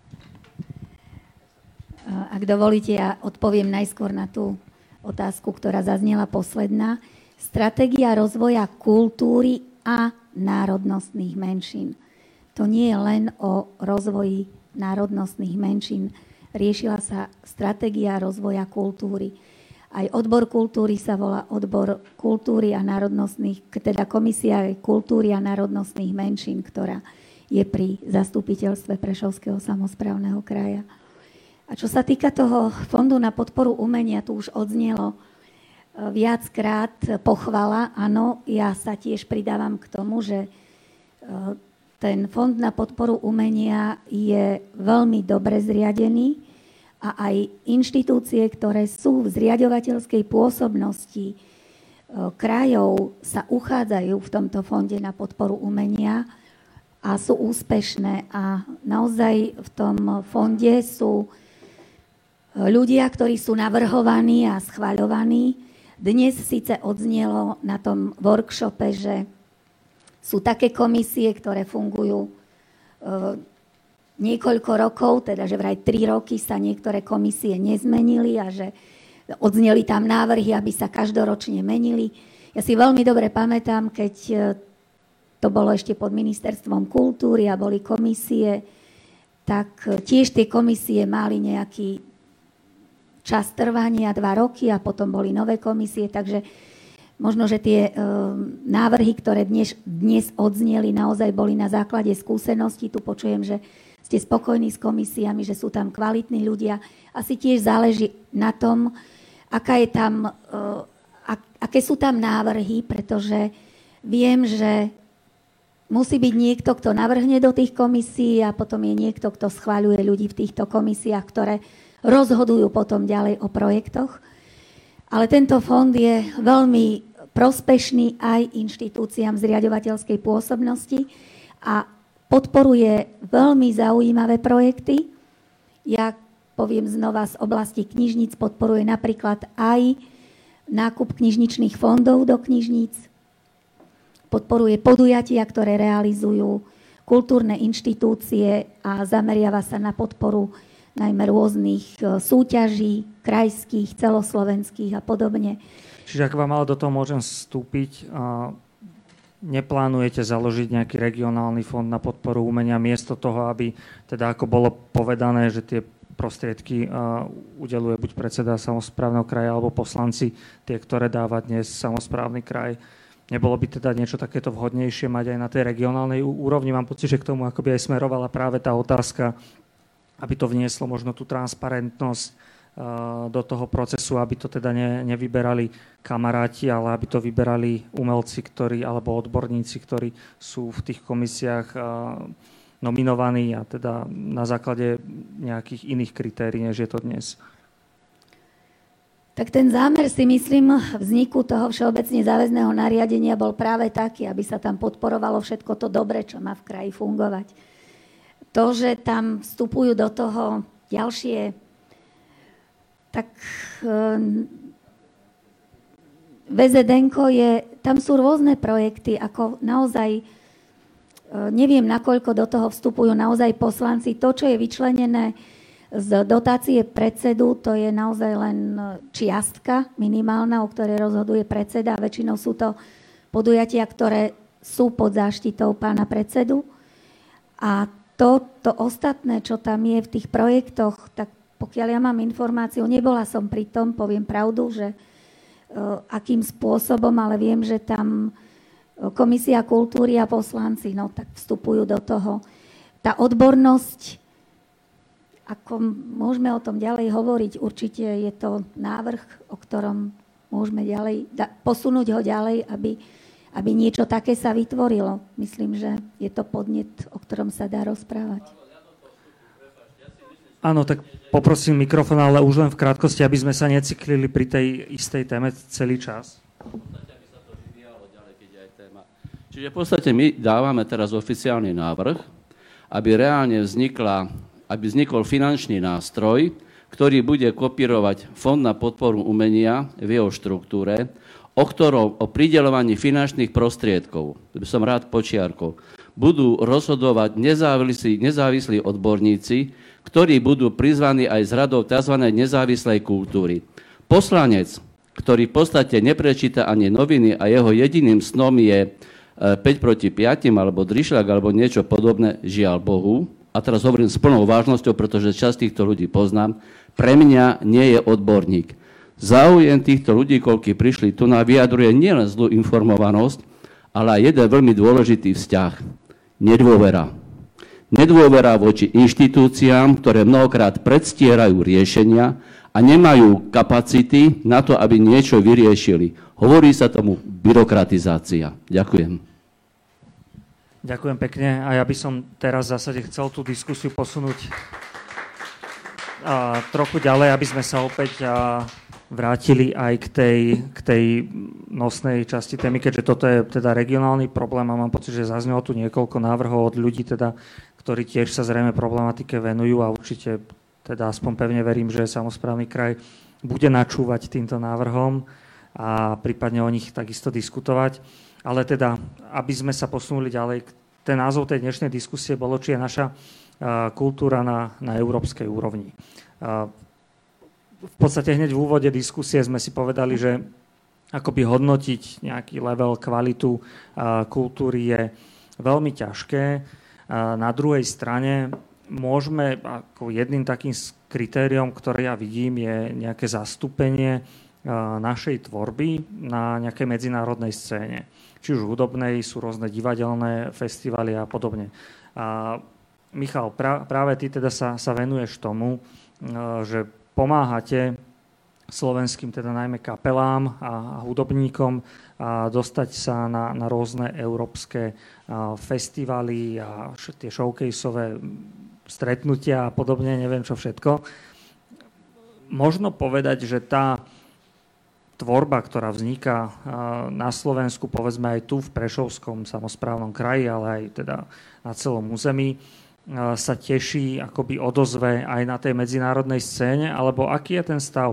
Ak dovolíte, ja odpoviem najskôr na tú otázku, ktorá zaznela posledná. Stratégia rozvoja kultúry a národnostných menšín. To nie je len o rozvoji národnostných menšín. Riešila sa stratégia rozvoja kultúry. Aj odbor kultúry sa volá odbor kultúry a národnostných, teda Komisia kultúry a národnostných menšín, ktorá je pri zastupiteľstve Prešovského samosprávneho kraja. A čo sa týka toho fondu na podporu umenia, tu už odznelo viackrát pochvala. Áno, ja sa tiež pridávam k tomu, že ten fond na podporu umenia je veľmi dobre zriadený a aj inštitúcie, ktoré sú v zriaďovateľskej pôsobnosti krajov, sa uchádzajú v tomto fonde na podporu umenia a sú úspešné. A naozaj v tom fonde sú ľudia, ktorí sú navrhovaní a schvaľovaní. Dnes síce odznelo na tom workshope, že sú také komisie, ktoré fungujú niekoľko rokov, teda že vraj 3 roky sa niektoré komisie nezmenili a že odzneli tam návrhy, aby sa každoročne menili. Ja si veľmi dobre pamätám, keď to bolo ešte pod ministerstvom kultúry a boli komisie, tak tiež tie komisie mali nejaký čas trvania, 2 roky a potom boli nové komisie, takže možno, že tie návrhy, ktoré dnes odzneli, naozaj boli na základe skúseností. Tu počujem, že ste spokojní s komisiami, že sú tam kvalitní ľudia. Asi tiež záleží na tom, aké sú tam návrhy, pretože viem, že musí byť niekto, kto navrhne do tých komisí a potom je niekto, kto schvaľuje ľudí v týchto komisiách, ktoré rozhodujú potom ďalej o projektoch. Ale tento fond je veľmi prospešný aj inštitúciám zriaďovateľskej pôsobnosti a podporuje veľmi zaujímavé projekty. Ja poviem znova, z oblasti knižníc podporuje napríklad aj nákup knižničných fondov do knižníc, podporuje podujatia, ktoré realizujú kultúrne inštitúcie a zameriava sa na podporu najmä rôznych súťaží, krajských, celoslovenských a podobne. Čiže ak vám ale do toho môžem vstúpiť, neplánujete založiť nejaký regionálny fond na podporu umenia miesto toho, aby, teda ako bolo povedané, že tie prostriedky udeľuje buď predseda samosprávneho kraja alebo poslanci, tie, ktoré dáva dnes samosprávny kraj. Nebolo by teda niečo takéto vhodnejšie mať aj na tej regionálnej úrovni? Mám pocit, že k tomu akoby aj smerovala práve tá otázka, aby to vnieslo možno tú transparentnosť do toho procesu, aby to teda nevyberali kamaráti, ale aby to vyberali umelci, alebo odborníci, ktorí sú v tých komisiách nominovaní a teda na základe nejakých iných kritérií, než je to dnes. Tak ten zámer, si myslím, vzniku toho všeobecne záväzného nariadenia bol práve taký, aby sa tam podporovalo všetko to dobre, čo má v kraji fungovať. To, že tam vstupujú do toho ďalšie, tak VZN-ko tam sú rôzne projekty, ako naozaj, neviem, nakoľko do toho vstupujú naozaj poslanci. To, čo je vyčlenené z dotácie predsedu, to je naozaj len čiastka minimálna, o ktorej rozhoduje predseda. Väčšinou sú to podujatia, ktoré sú pod záštitou pána predsedu. A to ostatné, čo tam je v tých projektoch, tak pokiaľ ja mám informáciu, nebola som pri tom, poviem pravdu, že akým spôsobom, ale viem, že tam Komisia kultúry a poslanci, tak vstupujú do toho. Tá odbornosť, ako môžeme o tom ďalej hovoriť, určite je to návrh, o ktorom môžeme ďalej posunúť ho ďalej, aby niečo také sa vytvorilo. Myslím, že je to podnet, o ktorom sa dá rozprávať. Áno, tak poprosím mikrofón, ale už len v krátkosti, aby sme sa necyklili pri tej istej téme celý čas. Čiže v podstate my dávame teraz oficiálny návrh, aby reálne vznikol finančný nástroj, ktorý bude kopírovať Fond na podporu umenia v jeho štruktúre, o prideľovaní finančných prostriedkov, by som rád počiarkol, budú rozhodovať nezávislí odborníci, ktorí budú prizvaní aj z radov tzv. Nezávislej kultúry. Poslanec, ktorý v podstate neprečíta ani noviny a jeho jediným snom je 5-5 alebo drišľak alebo niečo podobné, žiaľ Bohu, a teraz hovorím s plnou vážnosťou, pretože časť týchto ľudí poznám, pre mňa nie je odborník. Záujem týchto ľudí, koľko prišli tu, vyjadruje nielen zlú informovanosť, ale aj jeden veľmi dôležitý vzťah. Nedôvera. Nedôvera voči inštitúciám, ktoré mnohokrát predstierajú riešenia a nemajú kapacity na to, aby niečo vyriešili. Hovorí sa tomu byrokratizácia. Ďakujem. Ďakujem pekne a ja by som teraz v zásade chcel tú diskusiu posunúť trochu ďalej, aby sme sa opäť vrátili aj k tej nosnej časti témy, keďže toto je teda regionálny problém a mám pocit, že zaznelo tu niekoľko návrhov od ľudí, teda, ktorí tiež sa zrejme problematike venujú a určite teda aspoň pevne verím, že samosprávny kraj bude načúvať týmto návrhom a prípadne o nich takisto diskutovať. Ale teda, aby sme sa posunuli ďalej, ten názov tej dnešnej diskusie bolo, či je naša kultúra na európskej úrovni. V podstate hneď v úvode diskusie sme si povedali, že akoby hodnotiť nejaký level, kvalitu kultúry je veľmi ťažké. Na druhej strane môžeme, ako jedným takým kritériom, ktoré ja vidím, je nejaké zastúpenie našej tvorby na nejakej medzinárodnej scéne. Či už hudobnej, sú rôzne divadelné festivaly a podobne. Michal, práve ty teda sa venuješ tomu, že pomáhate slovenským, teda najmä kapelám a hudobníkom dostať sa na rôzne európske festivaly a tie showcaseové stretnutia a podobne, neviem čo všetko. Možno povedať, že tá tvorba, ktorá vzniká na Slovensku, povedzme aj tu v Prešovskom samosprávnom kraji, ale aj teda na celom území, sa teší akoby odozve aj na tej medzinárodnej scéne, alebo aký je ten stav?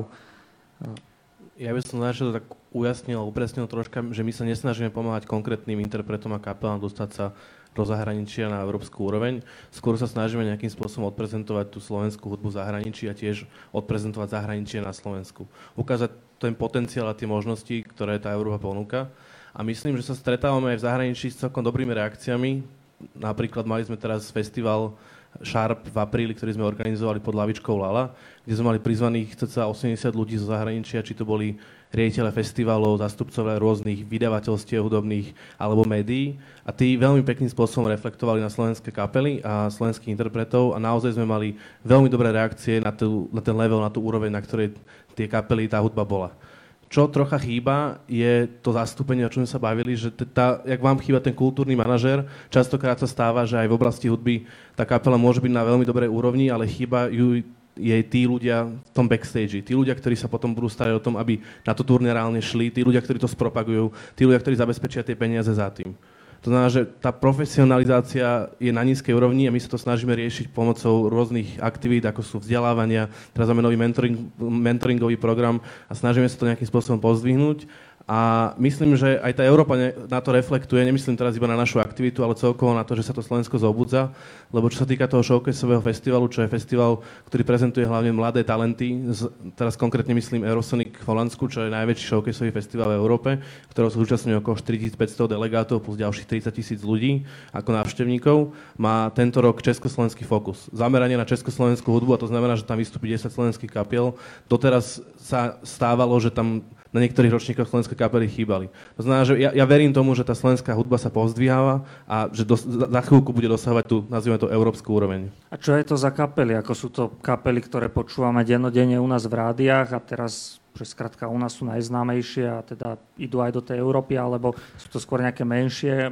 Ja by som tak ujasnil, upresnil troška, že my sa nesnažíme pomáhať konkrétnym interpretom a kapelám dostať sa do zahraničia na európsku úroveň. Skôr sa snažíme nejakým spôsobom odprezentovať tú slovenskú hudbu v zahraničí a tiež odprezentovať zahraničie na Slovensku. Ukázať ten potenciál a tie možnosti, ktoré tá Európa ponúka. A myslím, že sa stretávame aj v zahraničí s celkom dobrými reakciami. Napríklad mali sme teraz festival Sharp v apríli, ktorý sme organizovali pod lavičkou Lala, kde sme mali prizvaných cca 80 ľudí zo zahraničia, či to boli riaditeľe festivalov, zástupcovia rôznych vydavateľstiev hudobných alebo médií. A tí veľmi pekným spôsobom reflektovali na slovenské kapely a slovenských interpretov a naozaj sme mali veľmi dobré reakcie na ten level, na tú úroveň, na ktorej tie kapely, tá hudba bola. Čo trocha chýba, je to zastúpenie, o čom sme sa bavili, že jak vám chýba ten kultúrny manažér, častokrát sa stáva, že aj v oblasti hudby tá kapela môže byť na veľmi dobrej úrovni, ale chýbajú jej tí ľudia v tom backstage, tí ľudia, ktorí sa potom budú starať o tom, aby na to turné reálne šli, tí ľudia, ktorí to spropagujú, tí ľudia, ktorí zabezpečia tie peniaze za tým. To znamená, že tá profesionalizácia je na nízkej úrovni a my sa to snažíme riešiť pomocou rôznych aktivít, ako sú vzdelávania. Teraz máme nový mentoringový program a snažíme sa to nejakým spôsobom pozdvihnúť. A myslím, že aj tá Európa na to reflektuje, nemyslím teraz iba na našu aktivitu, ale celkovo na to, že sa to Slovensko zobudza. Lebo čo sa týka toho showcaseového festivalu, čo je festival, ktorý prezentuje hlavne mladé talenty, teraz konkrétne myslím Eurosonic v Holandsku, čo je najväčší showcaseový festival v Európe, ktorého sa zúčastňuje okolo 4500 delegátov plus ďalších 30 000 ľudí ako návštevníkov, má tento rok československý fokus. Zameranie na československú hudbu, a to znamená, že tam vystúpi 10 slovenských kapiel. Doteraz sa stávalo, že tam na niektorých ročníkoch slovenské kapely chýbali. To znamená, že ja verím tomu, že tá slovenská hudba sa pozdvíháva a že za chvíľku bude dosahovať tú, nazvime to, európsku úroveň. A čo je to za kapely? Ako sú to kapely, ktoré počúvame dennodenne u nás v rádiách a teraz, že skrátka u nás sú najznámejšie a teda idú aj do tej Európy, alebo sú to skôr nejaké menšie?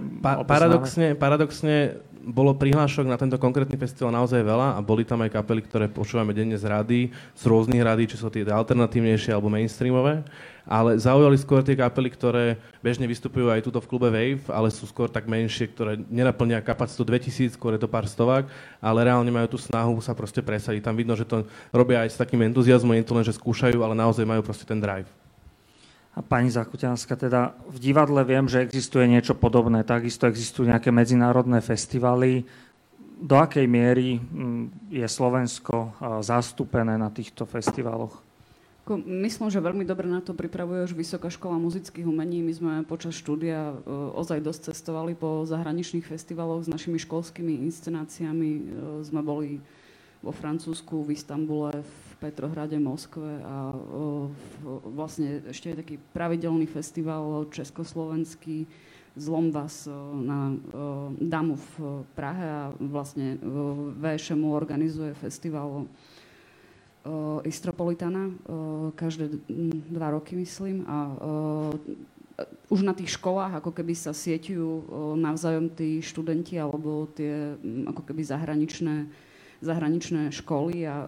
Paradoxne bolo prihlášok na tento konkrétny festival naozaj veľa a boli tam aj kapely, ktoré počúvame denne z rádií, z rôznych rádií, či sú tie alternatívnejšie alebo mainstreamové. Ale zaujali skôr tie kapely, ktoré bežne vystupujú aj tuto v klube Wave, ale sú skôr tak menšie, ktoré nenaplnia kapacitu 2000, skôr je to pár stovák, ale reálne majú tú snahu sa proste presadiť. Tam vidno, že to robia aj s takým entuziazmom, nie to len, že skúšajú, ale naozaj majú proste ten drive. A pani Zakutianská, teda v divadle viem, že existuje niečo podobné, takisto existujú nejaké medzinárodné festivaly. Do akej miery je Slovensko zastúpené na týchto festivaloch? Myslím, že veľmi dobre na to pripravuje už Vysoká škola muzických umení. My sme počas štúdia ozaj dosť cestovali po zahraničných festivaloch s našimi školskými inscenáciami. Sme boli vo Francúzsku, v Istanbule, v Petrohrade, Moskve a vlastne ešte je taký pravidelný festival československý Zlomvas na Damu v Prahe a vlastne VŠMU organizuje festival Istropolitana každé 2 roky, myslím. A už na tých školách ako keby sa sieťujú navzájom tí študenti alebo tie ako keby zahraničné školy a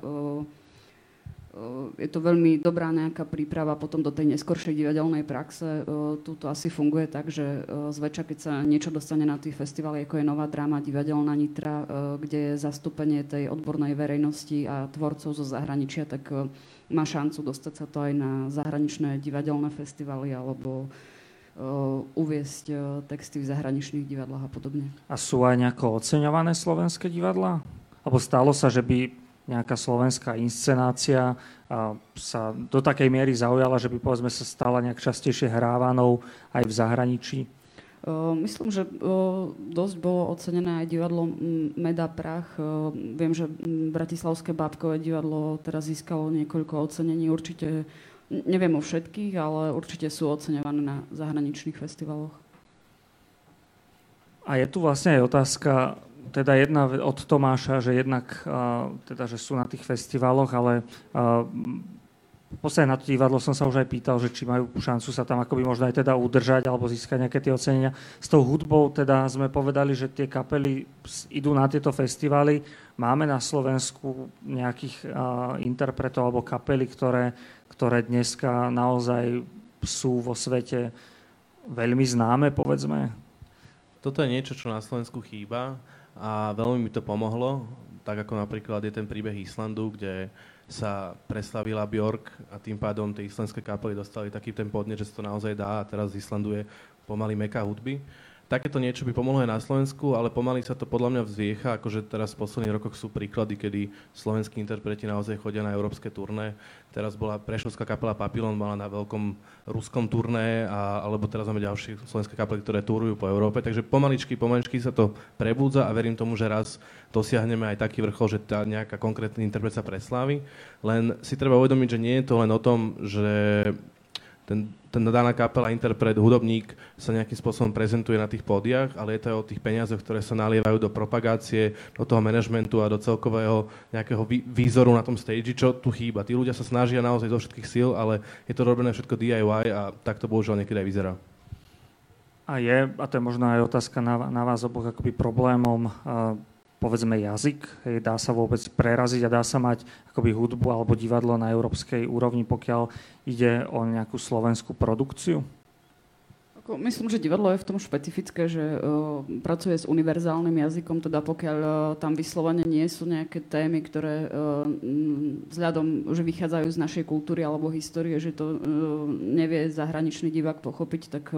je to veľmi dobrá nejaká príprava potom do tej neskoršej divadelnej praxe. Tu to asi funguje tak, že zväčša, keď sa niečo dostane na tých festivaloch, ako je Nová dráma, Divadelná Nitra, kde je zastúpenie tej odbornej verejnosti a tvorcov zo zahraničia, tak má šancu dostať sa to aj na zahraničné divadelné festivaly alebo uviesť texty v zahraničných divadlách a podobne. A sú aj nejako oceňované slovenské divadlá? Alebo stalo sa, že by nejaká slovenská inscenácia sa do takej miery zaujala, že by povedzme sa stala nejak častejšie hrávanou aj v zahraničí? Myslím, že dosť bolo ocenené aj divadlo Meda Prach. Viem, že Bratislavské bábkové divadlo teraz získalo niekoľko ocenení. Určite Neviem o všetkých, ale určite sú oceňované na zahraničných festivaloch. A je tu vlastne aj otázka, teda jedna od Tomáša, že jednak teda, že sú na tých festivaloch, ale v podstate na to divadlo som sa už aj pýtal, že či majú šancu sa tam akoby možno aj teda udržať alebo získať nejaké tie ocenenia. S tou hudbou teda sme povedali, že tie kapely idú na tieto festivály. Máme na Slovensku nejakých interpretov alebo kapely, ktoré dneska naozaj sú vo svete veľmi známe, povedzme? Toto je niečo, čo na Slovensku chýba a veľmi mi to pomohlo, tak ako napríklad je ten príbeh Islandu, kde sa preslavila Björk a tým pádom tie islandské kapely dostali taký ten podnet, že sa to naozaj dá a teraz z Islandu je pomaly meka hudby. Takéto niečo by pomohlo aj na Slovensku, ale pomaly sa to podľa mňa vzviecha, akože teraz v posledných rokoch sú príklady, kedy slovenskí interpreti naozaj chodia na európske turné. Teraz bola prešovská kapela Papillon, mala na veľkom ruskom turné, alebo teraz máme ďalšie slovenské kapely, ktoré túrujú po Európe. Takže pomaličky sa to prebúdza a verím tomu, že raz dosiahneme aj taký vrchol, že tá nejaká konkrétny interpret sa preslávi. Len si treba uvedomiť, že nie je to len o tom, že ten daná kapela, interpret, hudobník sa nejakým spôsobom prezentuje na tých pódiach, ale je to aj o tých peniazoch, ktoré sa nalievajú do propagácie, do toho manažmentu a do celkového nejakého výzoru na tom stage, čo tu chýba. Tí ľudia sa snažia naozaj zo všetkých síl, ale je to robené všetko DIY a tak to bohužiaľ niekedy aj vyzerá. A to je možno aj otázka na vás oboch akoby problémom, povedzme jazyk, dá sa vôbec preraziť a dá sa mať akoby hudbu alebo divadlo na európskej úrovni, pokiaľ ide o nejakú slovenskú produkciu? Myslím, že divadlo je v tom špecifické, že pracuje s univerzálnym jazykom, teda pokiaľ tam vyslovene nie sú nejaké témy, ktoré vzhľadom, že vychádzajú z našej kultúry alebo histórie, že to nevie zahraničný divák pochopiť, tak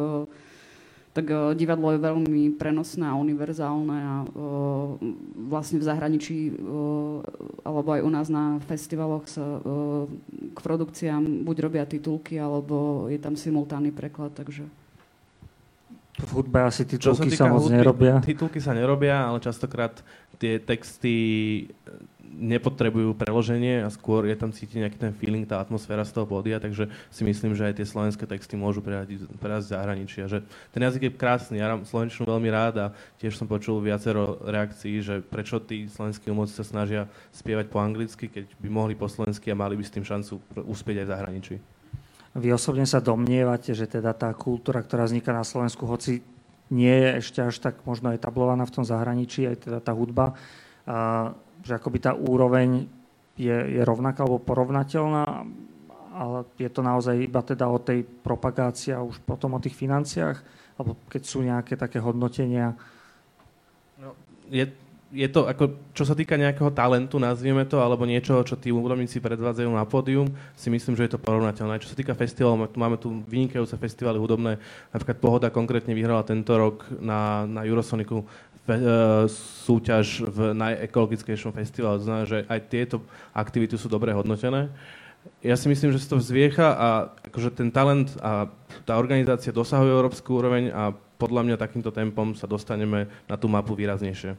divadlo je veľmi prenosné a univerzálne a vlastne v zahraničí alebo aj u nás na festivaloch sa k produkciám buď robia titulky, alebo je tam simultánny preklad, takže... V hudbe asi titulky sa moc nerobia. Titulky sa nerobia, ale častokrát tie texty nepotrebujú preloženie a skôr je tam cítiť nejaký ten feeling, tá atmosféra z toho pódia, takže si myslím, že aj tie slovenské texty môžu prejsť z zahraničia. Že ten jazyk je krásny, ja slovenčinu veľmi rád a tiež som počul viacero reakcií, že prečo tí slovenskí umelci sa snažia spievať po anglicky, keď by mohli po slovensky a mali by s tým šancu uspieť aj v zahraničí. Vy osobne sa domnievate, že teda tá kultúra, ktorá vzniká na Slovensku, hoci nie je ešte až tak možno etablovaná v tom zahraničí, aj teda tá hudba, že akoby tá úroveň je rovnaká alebo porovnateľná, ale je to naozaj iba teda o tej propagácii a už potom o tých financiách, alebo keď sú nejaké také hodnotenia? No, je to ako, čo sa týka nejakého talentu, nazvieme to, alebo niečoho, čo tí hudobníci predvádzajú na pódium, si myslím, že je to porovnateľné. Čo sa týka festivalov, máme tu vynikajúce festivaly hudobné, napríklad Pohoda konkrétne vyhrala tento rok na Eurosonicu súťaž v najekologickejšom festivale. To znamená, že aj tieto aktivity sú dobre hodnotené. Ja si myslím, že sa to vzviecha a akože ten talent a tá organizácia dosahujú európsku úroveň a podľa mňa takýmto tempom sa dostaneme na tú mapu výraznejšie.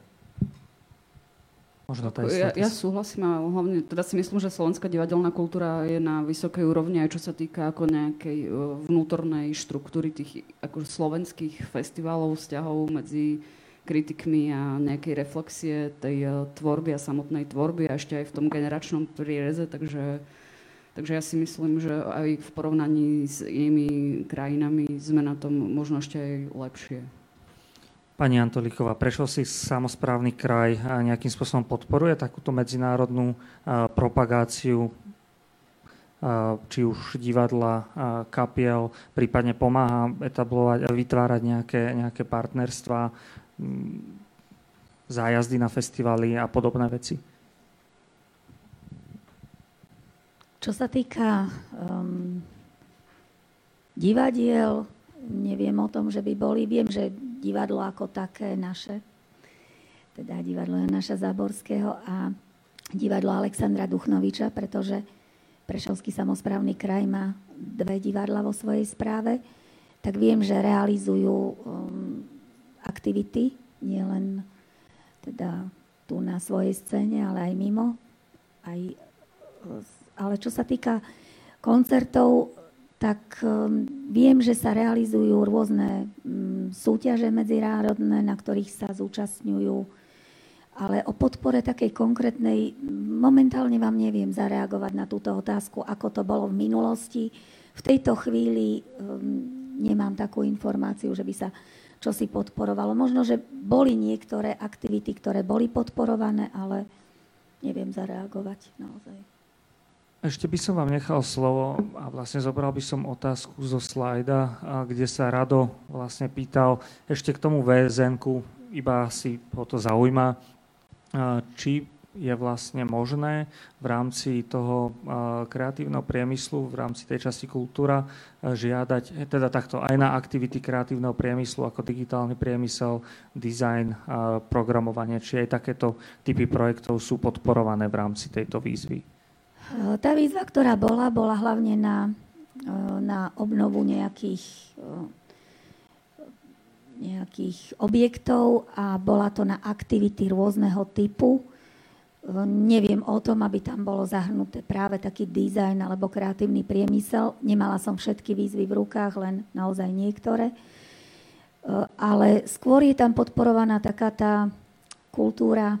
Ja súhlasím a hlavne teda si myslím, že slovenská divadelná kultúra je na vysokej úrovni aj čo sa týka ako nejakej vnútornej štruktúry tých ako slovenských festivalov, vzťahov medzi kritikmi a nejakej reflexie tej tvorby a samotnej tvorby a ešte aj v tom generačnom priereze, takže ja si myslím, že aj v porovnaní s inými krajinami sme na tom možno ešte aj lepšie. Pani Antolíková, Prešovský samosprávny kraj nejakým spôsobom podporuje takúto medzinárodnú propagáciu, či už divadla, kapiel, prípadne pomáha etablovať, vytvárať nejaké partnerstvá, zájazdy na festivaly a podobné veci? Čo sa týka divadiel, neviem o tom, že by boli. Viem, že divadlo ako také naše, teda divadlo Janaša Záborského a divadlo Alexandra Duchnoviča, pretože Prešovský samosprávny kraj má 2 divadla vo svojej správe, tak viem, že realizujú aktivity, nielen teda tu na svojej scéne, ale aj mimo. Ale čo sa týka koncertov, tak viem, že sa realizujú rôzne súťaže medzinárodné, na ktorých sa zúčastňujú, ale o podpore takej konkrétnej momentálne vám neviem zareagovať na túto otázku, ako to bolo v minulosti. V tejto chvíli nemám takú informáciu, že by sa čosi podporovalo. Možno, že boli niektoré aktivity, ktoré boli podporované, ale neviem zareagovať naozaj. Ešte by som vám nechal slovo a vlastne zobral by som otázku zo slajda, kde sa Rado vlastne pýtal ešte k tomu VSN-ku, iba si ho to zaujíma, či je vlastne možné v rámci toho kreatívneho priemyslu, v rámci tej časti kultúra žiadať, teda takto aj na aktivity kreatívneho priemyslu ako digitálny priemysel, design, programovanie, či aj takéto typy projektov sú podporované v rámci tejto výzvy. Tá výzva, ktorá bola hlavne na obnovu nejakých objektov a bola to na aktivity rôzneho typu. Neviem o tom, aby tam bolo zahrnuté práve taký dizajn alebo kreatívny priemysel. Nemala som všetky výzvy v rukách, len naozaj niektoré. Ale skôr je tam podporovaná taká tá kultúra,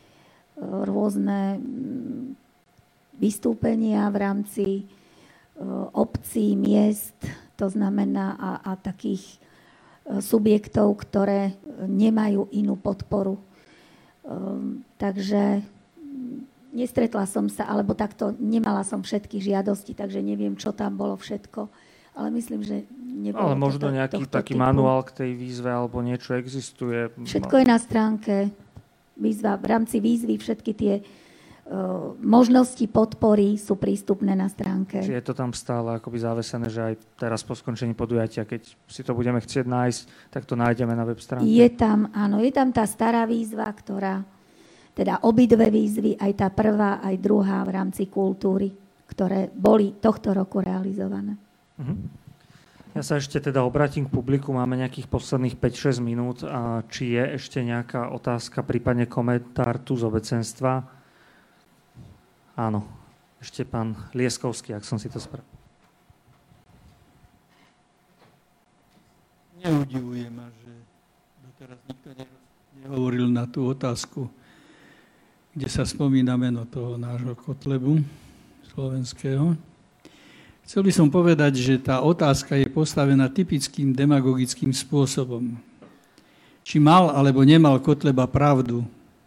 rôzne vystúpenia v rámci obcí, miest, to znamená a takých subjektov, ktoré nemajú inú podporu. Takže nestretla som sa, alebo takto nemala som všetky žiadosti, takže neviem, čo tam bolo všetko. Ale myslím, že nebolo. Ale možno nejaký taký manuál k tej výzve, alebo niečo existuje. Všetko je na stránke. Výzva, v rámci výzvy všetky tie možnosti podpory sú prístupné na stránke. Či je to tam stále akoby závesené, že aj teraz po skončení podujatia, keď si to budeme chcieť nájsť, tak to nájdeme na web stránke? Je tam, áno, je tam tá stará výzva, ktorá, teda obidve výzvy, aj tá prvá, aj druhá v rámci kultúry, ktoré boli tohto roku realizované. Ja sa ešte teda obrátim k publiku, máme nejakých posledných 5-6 minút. A či je ešte nejaká otázka, prípadne komentár tu z obecenstva? Áno, ešte pán Lieskovský, ak som si to spravil. Neudivuje ma, že doteraz nikto nehovoril na tú otázku, kde sa spomína meno toho nášho Kotlebu slovenského. Chcel by som povedať, že tá otázka je postavená typickým demagogickým spôsobom. Či mal alebo nemal Kotleba pravdu.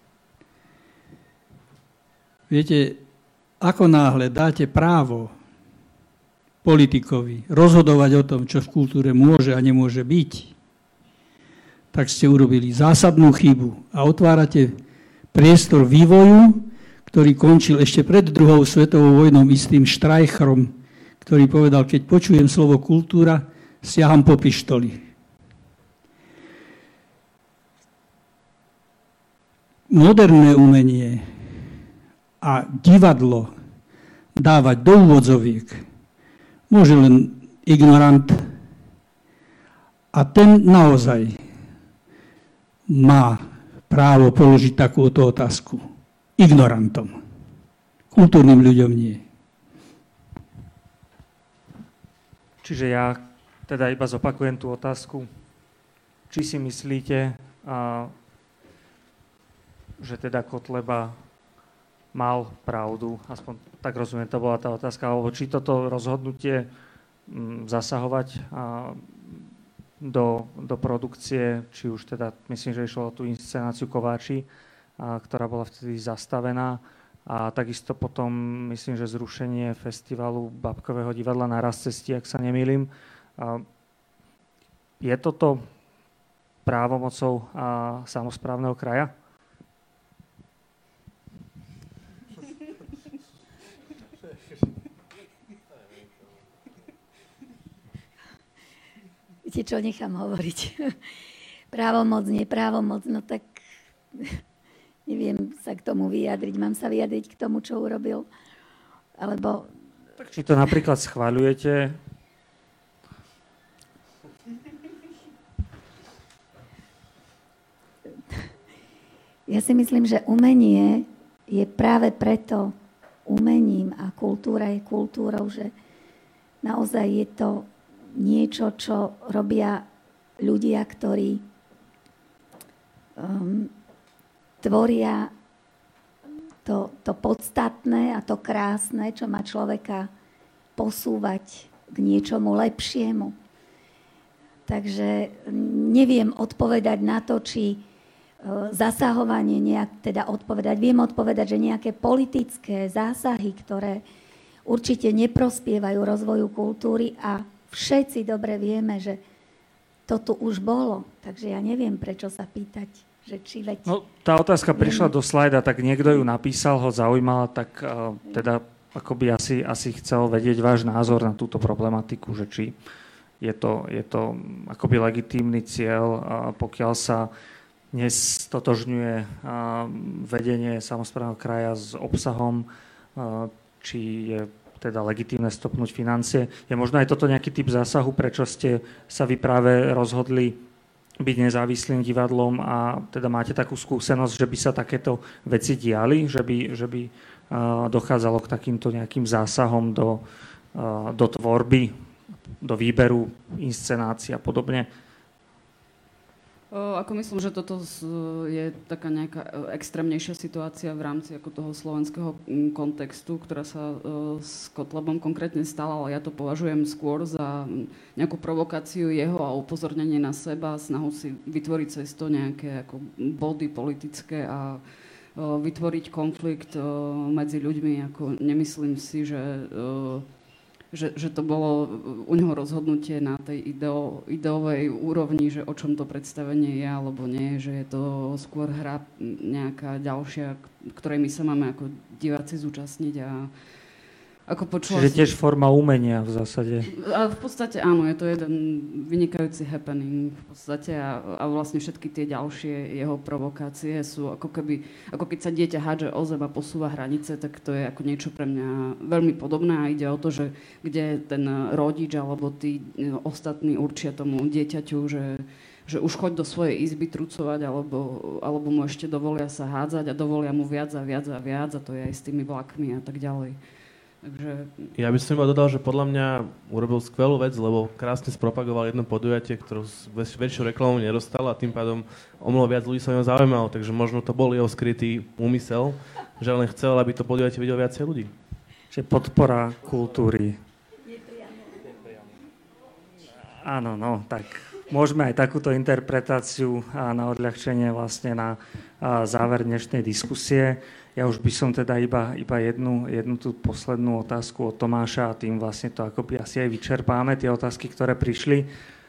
Viete, ako náhle dáte právo politikovi rozhodovať o tom, čo v kultúre môže a nemôže byť, tak ste urobili zásadnú chybu a otvárate priestor vývoju, ktorý končil ešte pred druhou svetovou vojnou istým Streicherom, ktorý povedal, keď počujem slovo kultúra, siaham po pištoli. Moderné umenie a divadlo dávať do úvodzoviek môže len ignorant a ten naozaj má právo položiť takúto otázku ignorantom. Kultúrnym ľuďom nie. Čiže ja teda iba zopakujem tú otázku. Či si myslíte, že teda Kotleba mal pravdu, aspoň tak rozumiem, to bola tá otázka, alebo či toto rozhodnutie zasahovať do produkcie, či už teda, myslím, že išlo o tú inscenáciu Kováči, ktorá bola vtedy zastavená, a takisto potom, myslím, že zrušenie festivalu Babkového divadla na Rastcesti, ak sa nemýlim. Je toto právomocou samosprávneho kraja? Viete, čo nechám hovoriť? Právomoc, neprávomoc, no tak neviem sa k tomu vyjadriť. Mám sa vyjadriť k tomu, čo urobil? Alebo... Tak či to napríklad schvaľujete? Ja si myslím, že umenie je práve preto umením a kultúra je kultúrou, že naozaj je to niečo, čo robia ľudia, ktorí tvoria to podstatné a to krásne, čo má človeka posúvať k niečomu lepšiemu. Takže neviem odpovedať na to, či zasahovanie viem odpovedať, že nejaké politické zásahy, ktoré určite neprospievajú rozvoju kultúry a všetci dobre vieme, že to tu už bolo. Takže ja neviem, prečo sa pýtať, že či veď... No, tá otázka prišla do slajda, tak niekto ju napísal, ho zaujímala, tak teda akoby asi chcel vedieť váš názor na túto problematiku, že či je to akoby legitímny cieľ, pokiaľ sa nestotožňuje vedenie samosprávneho kraja s obsahom, či je teda legitímne stopnúť financie. Je možno aj toto nejaký typ zásahu, prečo ste sa vy práve rozhodli byť nezávislým divadlom a teda máte takú skúsenosť, že by sa takéto veci diali, že by dochádzalo k takýmto nejakým zásahom do tvorby, do výberu, inscenácií a podobne? Ako myslím, že toto je taká nejaká extrémnejšia situácia v rámci ako toho slovenského kontextu, ktorá sa s Kotlebom konkrétne stala, ale ja to považujem skôr za nejakú provokáciu jeho a upozornenie na seba, snahu si vytvoriť cez to nejaké ako body politické a vytvoriť konflikt medzi ľuďmi. Ako nemyslím si, že to bolo u neho rozhodnutie na tej ideovej úrovni, že o čom to predstavenie je alebo nie, že je to skôr hra nejaká ďalšia, ktorej my sa máme ako diváci zúčastniť a ako počula... Čiže tiež forma umenia v zásade. A v podstate áno, je to jeden vynikajúci happening v podstate a vlastne všetky tie ďalšie jeho provokácie sú ako keď sa dieťa hádže o zem a posúva hranice, tak to je ako niečo pre mňa veľmi podobné a ide o to, že kde ten rodič alebo tí ostatní určia tomu dieťaťu, že už choď do svojej izby trucovať alebo mu ešte dovolia sa hádzať a dovolia mu viac a viac a viac a to je aj s tými vlakmi a tak ďalej. Takže... Ja by som iba dodal, že podľa mňa urobil skvelú vec, lebo krásne spropagoval jedno podujatie, ktorú väčšiu reklamu nedostal a tým pádom o mnoho viac ľudí sa ňou zaujímalo, takže možno to bol jeho skrytý úmysel, že len chcel, aby to podujatie videl viacej ľudí. Že podpora kultúry. Áno, no, tak môžeme aj takúto interpretáciu na odľahčenie vlastne na záver dnešnej diskusie. Ja už by som teda iba jednu tú poslednú otázku od Tomáša a tým vlastne to akoby asi aj vyčerpáme, tie otázky, ktoré prišli.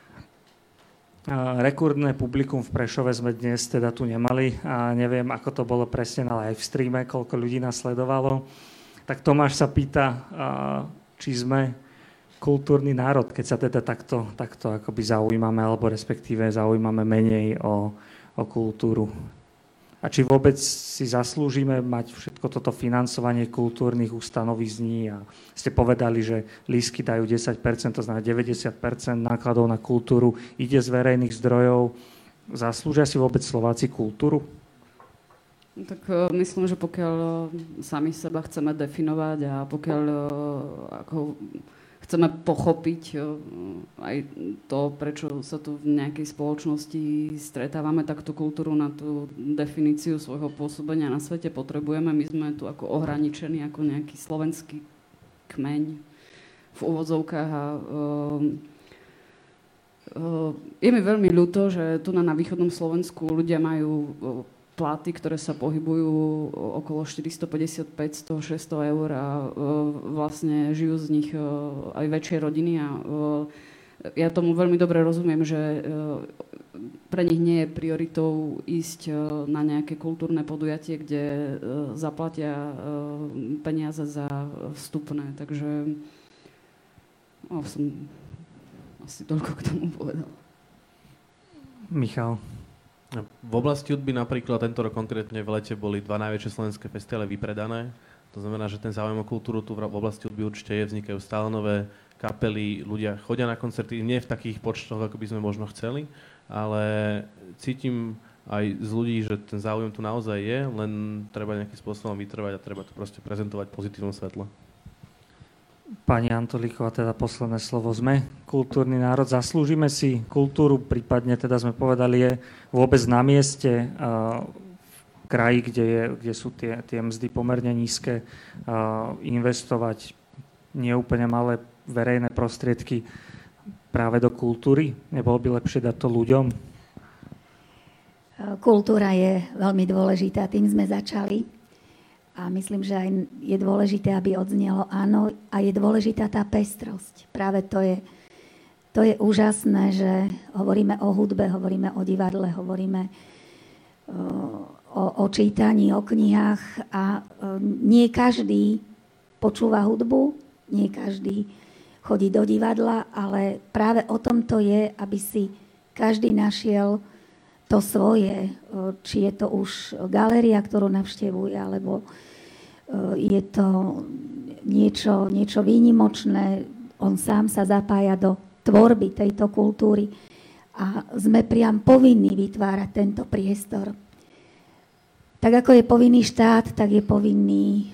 Rekordné publikum v Prešove sme dnes teda tu nemali a neviem, ako to bolo presne na live streame, koľko ľudí nás sledovalo. Tak Tomáš sa pýta, či sme kultúrny národ, keď sa teda takto akoby zaujímame, alebo respektíve zaujímame menej o kultúru. A či vôbec si zaslúžime mať všetko toto financovanie kultúrnych ustanovizní a ste povedali, že lístky dajú 10%, to znamená 90% nákladov na kultúru ide z verejných zdrojov. Zaslúžia si vôbec Slováci kultúru? Tak myslím, že pokiaľ sami seba chceme definovať a pokiaľ chceme pochopiť aj to, prečo sa tu v nejakej spoločnosti stretávame, tak tú kultúru na tú definíciu svojho pôsobenia na svete potrebujeme. My sme tu ako ohraničení, ako nejaký slovenský kmeň v úvodzovkách a je mi veľmi ľúto, že tu na východnom Slovensku ľudia majú platy, ktoré sa pohybujú okolo 450, 500, 600 eur a vlastne žijú z nich aj väčšie rodiny a ja tomu veľmi dobre rozumiem, že pre nich nie je prioritou ísť na nejaké kultúrne podujatie, kde zaplatia peniaze za vstupné, takže som asi toľko k tomu povedal. Michal. V oblasti hudby napríklad tento rok konkrétne v lete boli 2 najväčšie slovenské festivály vypredané. To znamená, že ten záujem o kultúru tu v oblasti hudby určite je, vznikajú stále nové kapely, ľudia chodia na koncerty, nie v takých počtoch, ako by sme možno chceli, ale cítim aj z ľudí, že ten záujem tu naozaj je, len treba nejakým spôsobom vytrvať a treba to proste prezentovať v pozitívnom svetle. Pani Antolíková, teda posledné slovo. Sme kultúrny národ, zaslúžime si kultúru, prípadne teda sme povedali, je vôbec na mieste v kraji, kde sú tie mzdy pomerne nízke, investovať neúplne malé verejné prostriedky práve do kultúry? Nebolo by lepšie dať to ľuďom? Kultúra je veľmi dôležitá, tým sme začali. A myslím, že aj je dôležité, aby odznelo áno, a je dôležitá tá pestrosť. Práve to je úžasné, že hovoríme o hudbe, hovoríme o divadle, hovoríme o čítaní, o knihách a nie každý počúva hudbu, nie každý chodí do divadla, ale práve o tom to je, aby si každý našiel to svoje, či je to už galéria, ktorú navštevuje, alebo je to niečo výnimočné. On sám sa zapája do tvorby tejto kultúry a sme priam povinní vytvárať tento priestor. Tak ako je povinný štát, tak je povinný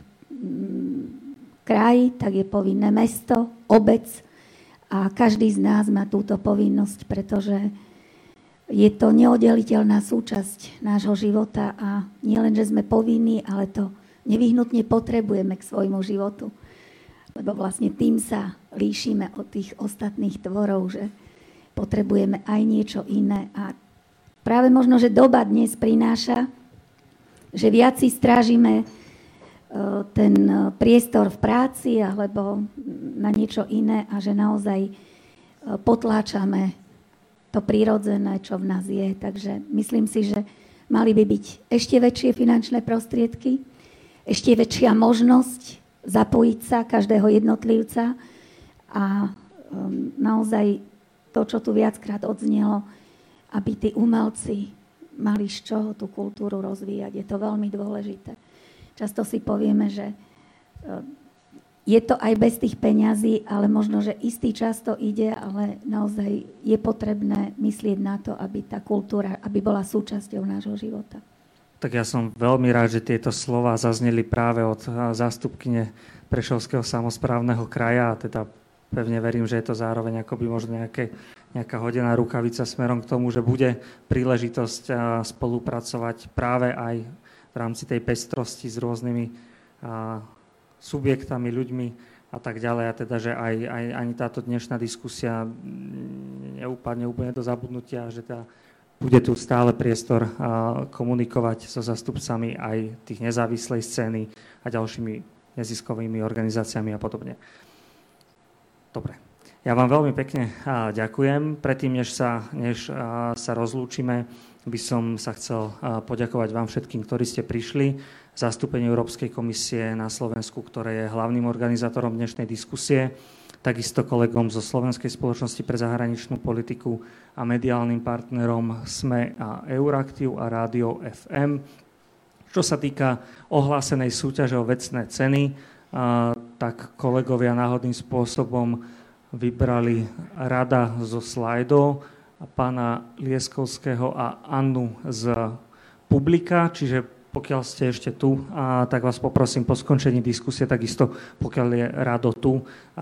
kraj, tak je povinné mesto, obec a každý z nás má túto povinnosť, pretože je to neoddeliteľná súčasť nášho života a nie len, že sme povinní, ale to nevyhnutne potrebujeme k svojmu životu. Lebo vlastne tým sa líšime od tých ostatných tvorov, že potrebujeme aj niečo iné. A práve možno, že doba dnes prináša, že viac si strážime ten priestor v práci alebo na niečo iné a že naozaj potláčame to prirodzené, čo v nás je. Takže myslím si, že mali by byť ešte väčšie finančné prostriedky, ešte väčšia možnosť zapojiť sa každého jednotlivca a naozaj to, čo tu viackrát odznelo, aby tí umelci mali z čoho tú kultúru rozvíjať. Je to veľmi dôležité. Často si povieme, že je to aj bez tých peňazí, ale možno, že istý čas to ide, ale naozaj je potrebné myslieť na to, aby tá kultúra, aby bola súčasťou nášho života. Tak ja som veľmi rád, že tieto slova zazneli práve od zástupkyne Prešovského samosprávneho kraja a teda pevne verím, že je to zároveň akoby možno nejaká hodená rukavica smerom k tomu, že bude príležitosť spolupracovať práve aj v rámci tej pestrosti s rôznymi subjektami, ľuďmi a tak ďalej. A teda, že aj ani táto dnešná diskusia neupadne úplne do zabudnutia, že teda bude tu stále priestor komunikovať so zástupcami aj tých nezávislej scény a ďalšími neziskovými organizáciami a podobne. Dobre. Ja vám veľmi pekne ďakujem. Predtým, než sa rozlúčime, by som sa chcel poďakovať vám všetkým, ktorí ste prišli. Zastúpenie Európskej komisie na Slovensku, ktoré je hlavným organizátorom dnešnej diskusie, takisto kolegom zo Slovenskej spoločnosti pre zahraničnú politiku a mediálnym partnerom SME a Euraktiv a Rádio FM. Čo sa týka ohlásenej súťaže o vecné ceny, tak kolegovia náhodným spôsobom vybrali rada zo slajdov pána Lieskovského a Annu z Publika, čiže pokiaľ ste ešte tu, tak vás poprosím po skončení diskusie, takisto pokiaľ je Rado tu,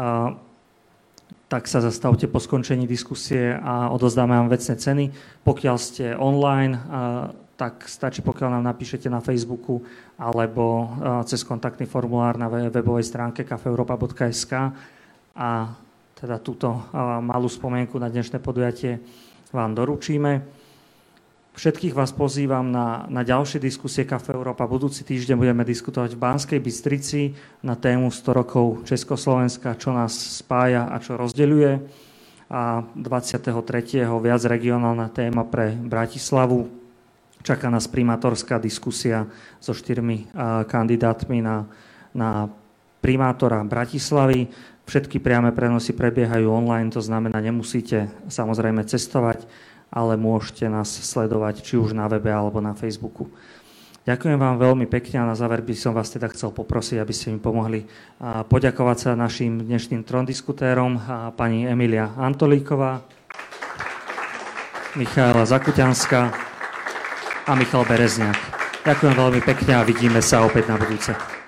tak sa zastavte po skončení diskusie a odozdáme vám vecné ceny. Pokiaľ ste online, tak stačí, pokiaľ nám napíšete na Facebooku alebo cez kontaktný formulár na webovej stránke cafeeuropa.sk a teda túto malú spomienku na dnešné podujatie vám doručíme. Všetkých vás pozývam na ďalšie diskusie Café Európa. Budúci týždeň budeme diskutovať v Banskej Bystrici na tému 100 rokov Československa, čo nás spája a čo rozdeľuje. A 23. viac regionálna téma pre Bratislavu. Čaká nás primátorská diskusia so 4 kandidátmi na primátora Bratislavy. Všetky priame prenosy prebiehajú online, to znamená, nemusíte samozrejme cestovať, ale môžete nás sledovať či už na webe alebo na Facebooku. Ďakujem vám veľmi pekne a na záver by som vás teda chcel poprosiť, aby ste mi pomohli poďakovať sa našim dnešným 3 diskutérom, pani Emilia Antolíková, Michaela Zakutianská a Michal Berezňák. Ďakujem veľmi pekne a vidíme sa opäť na budúce.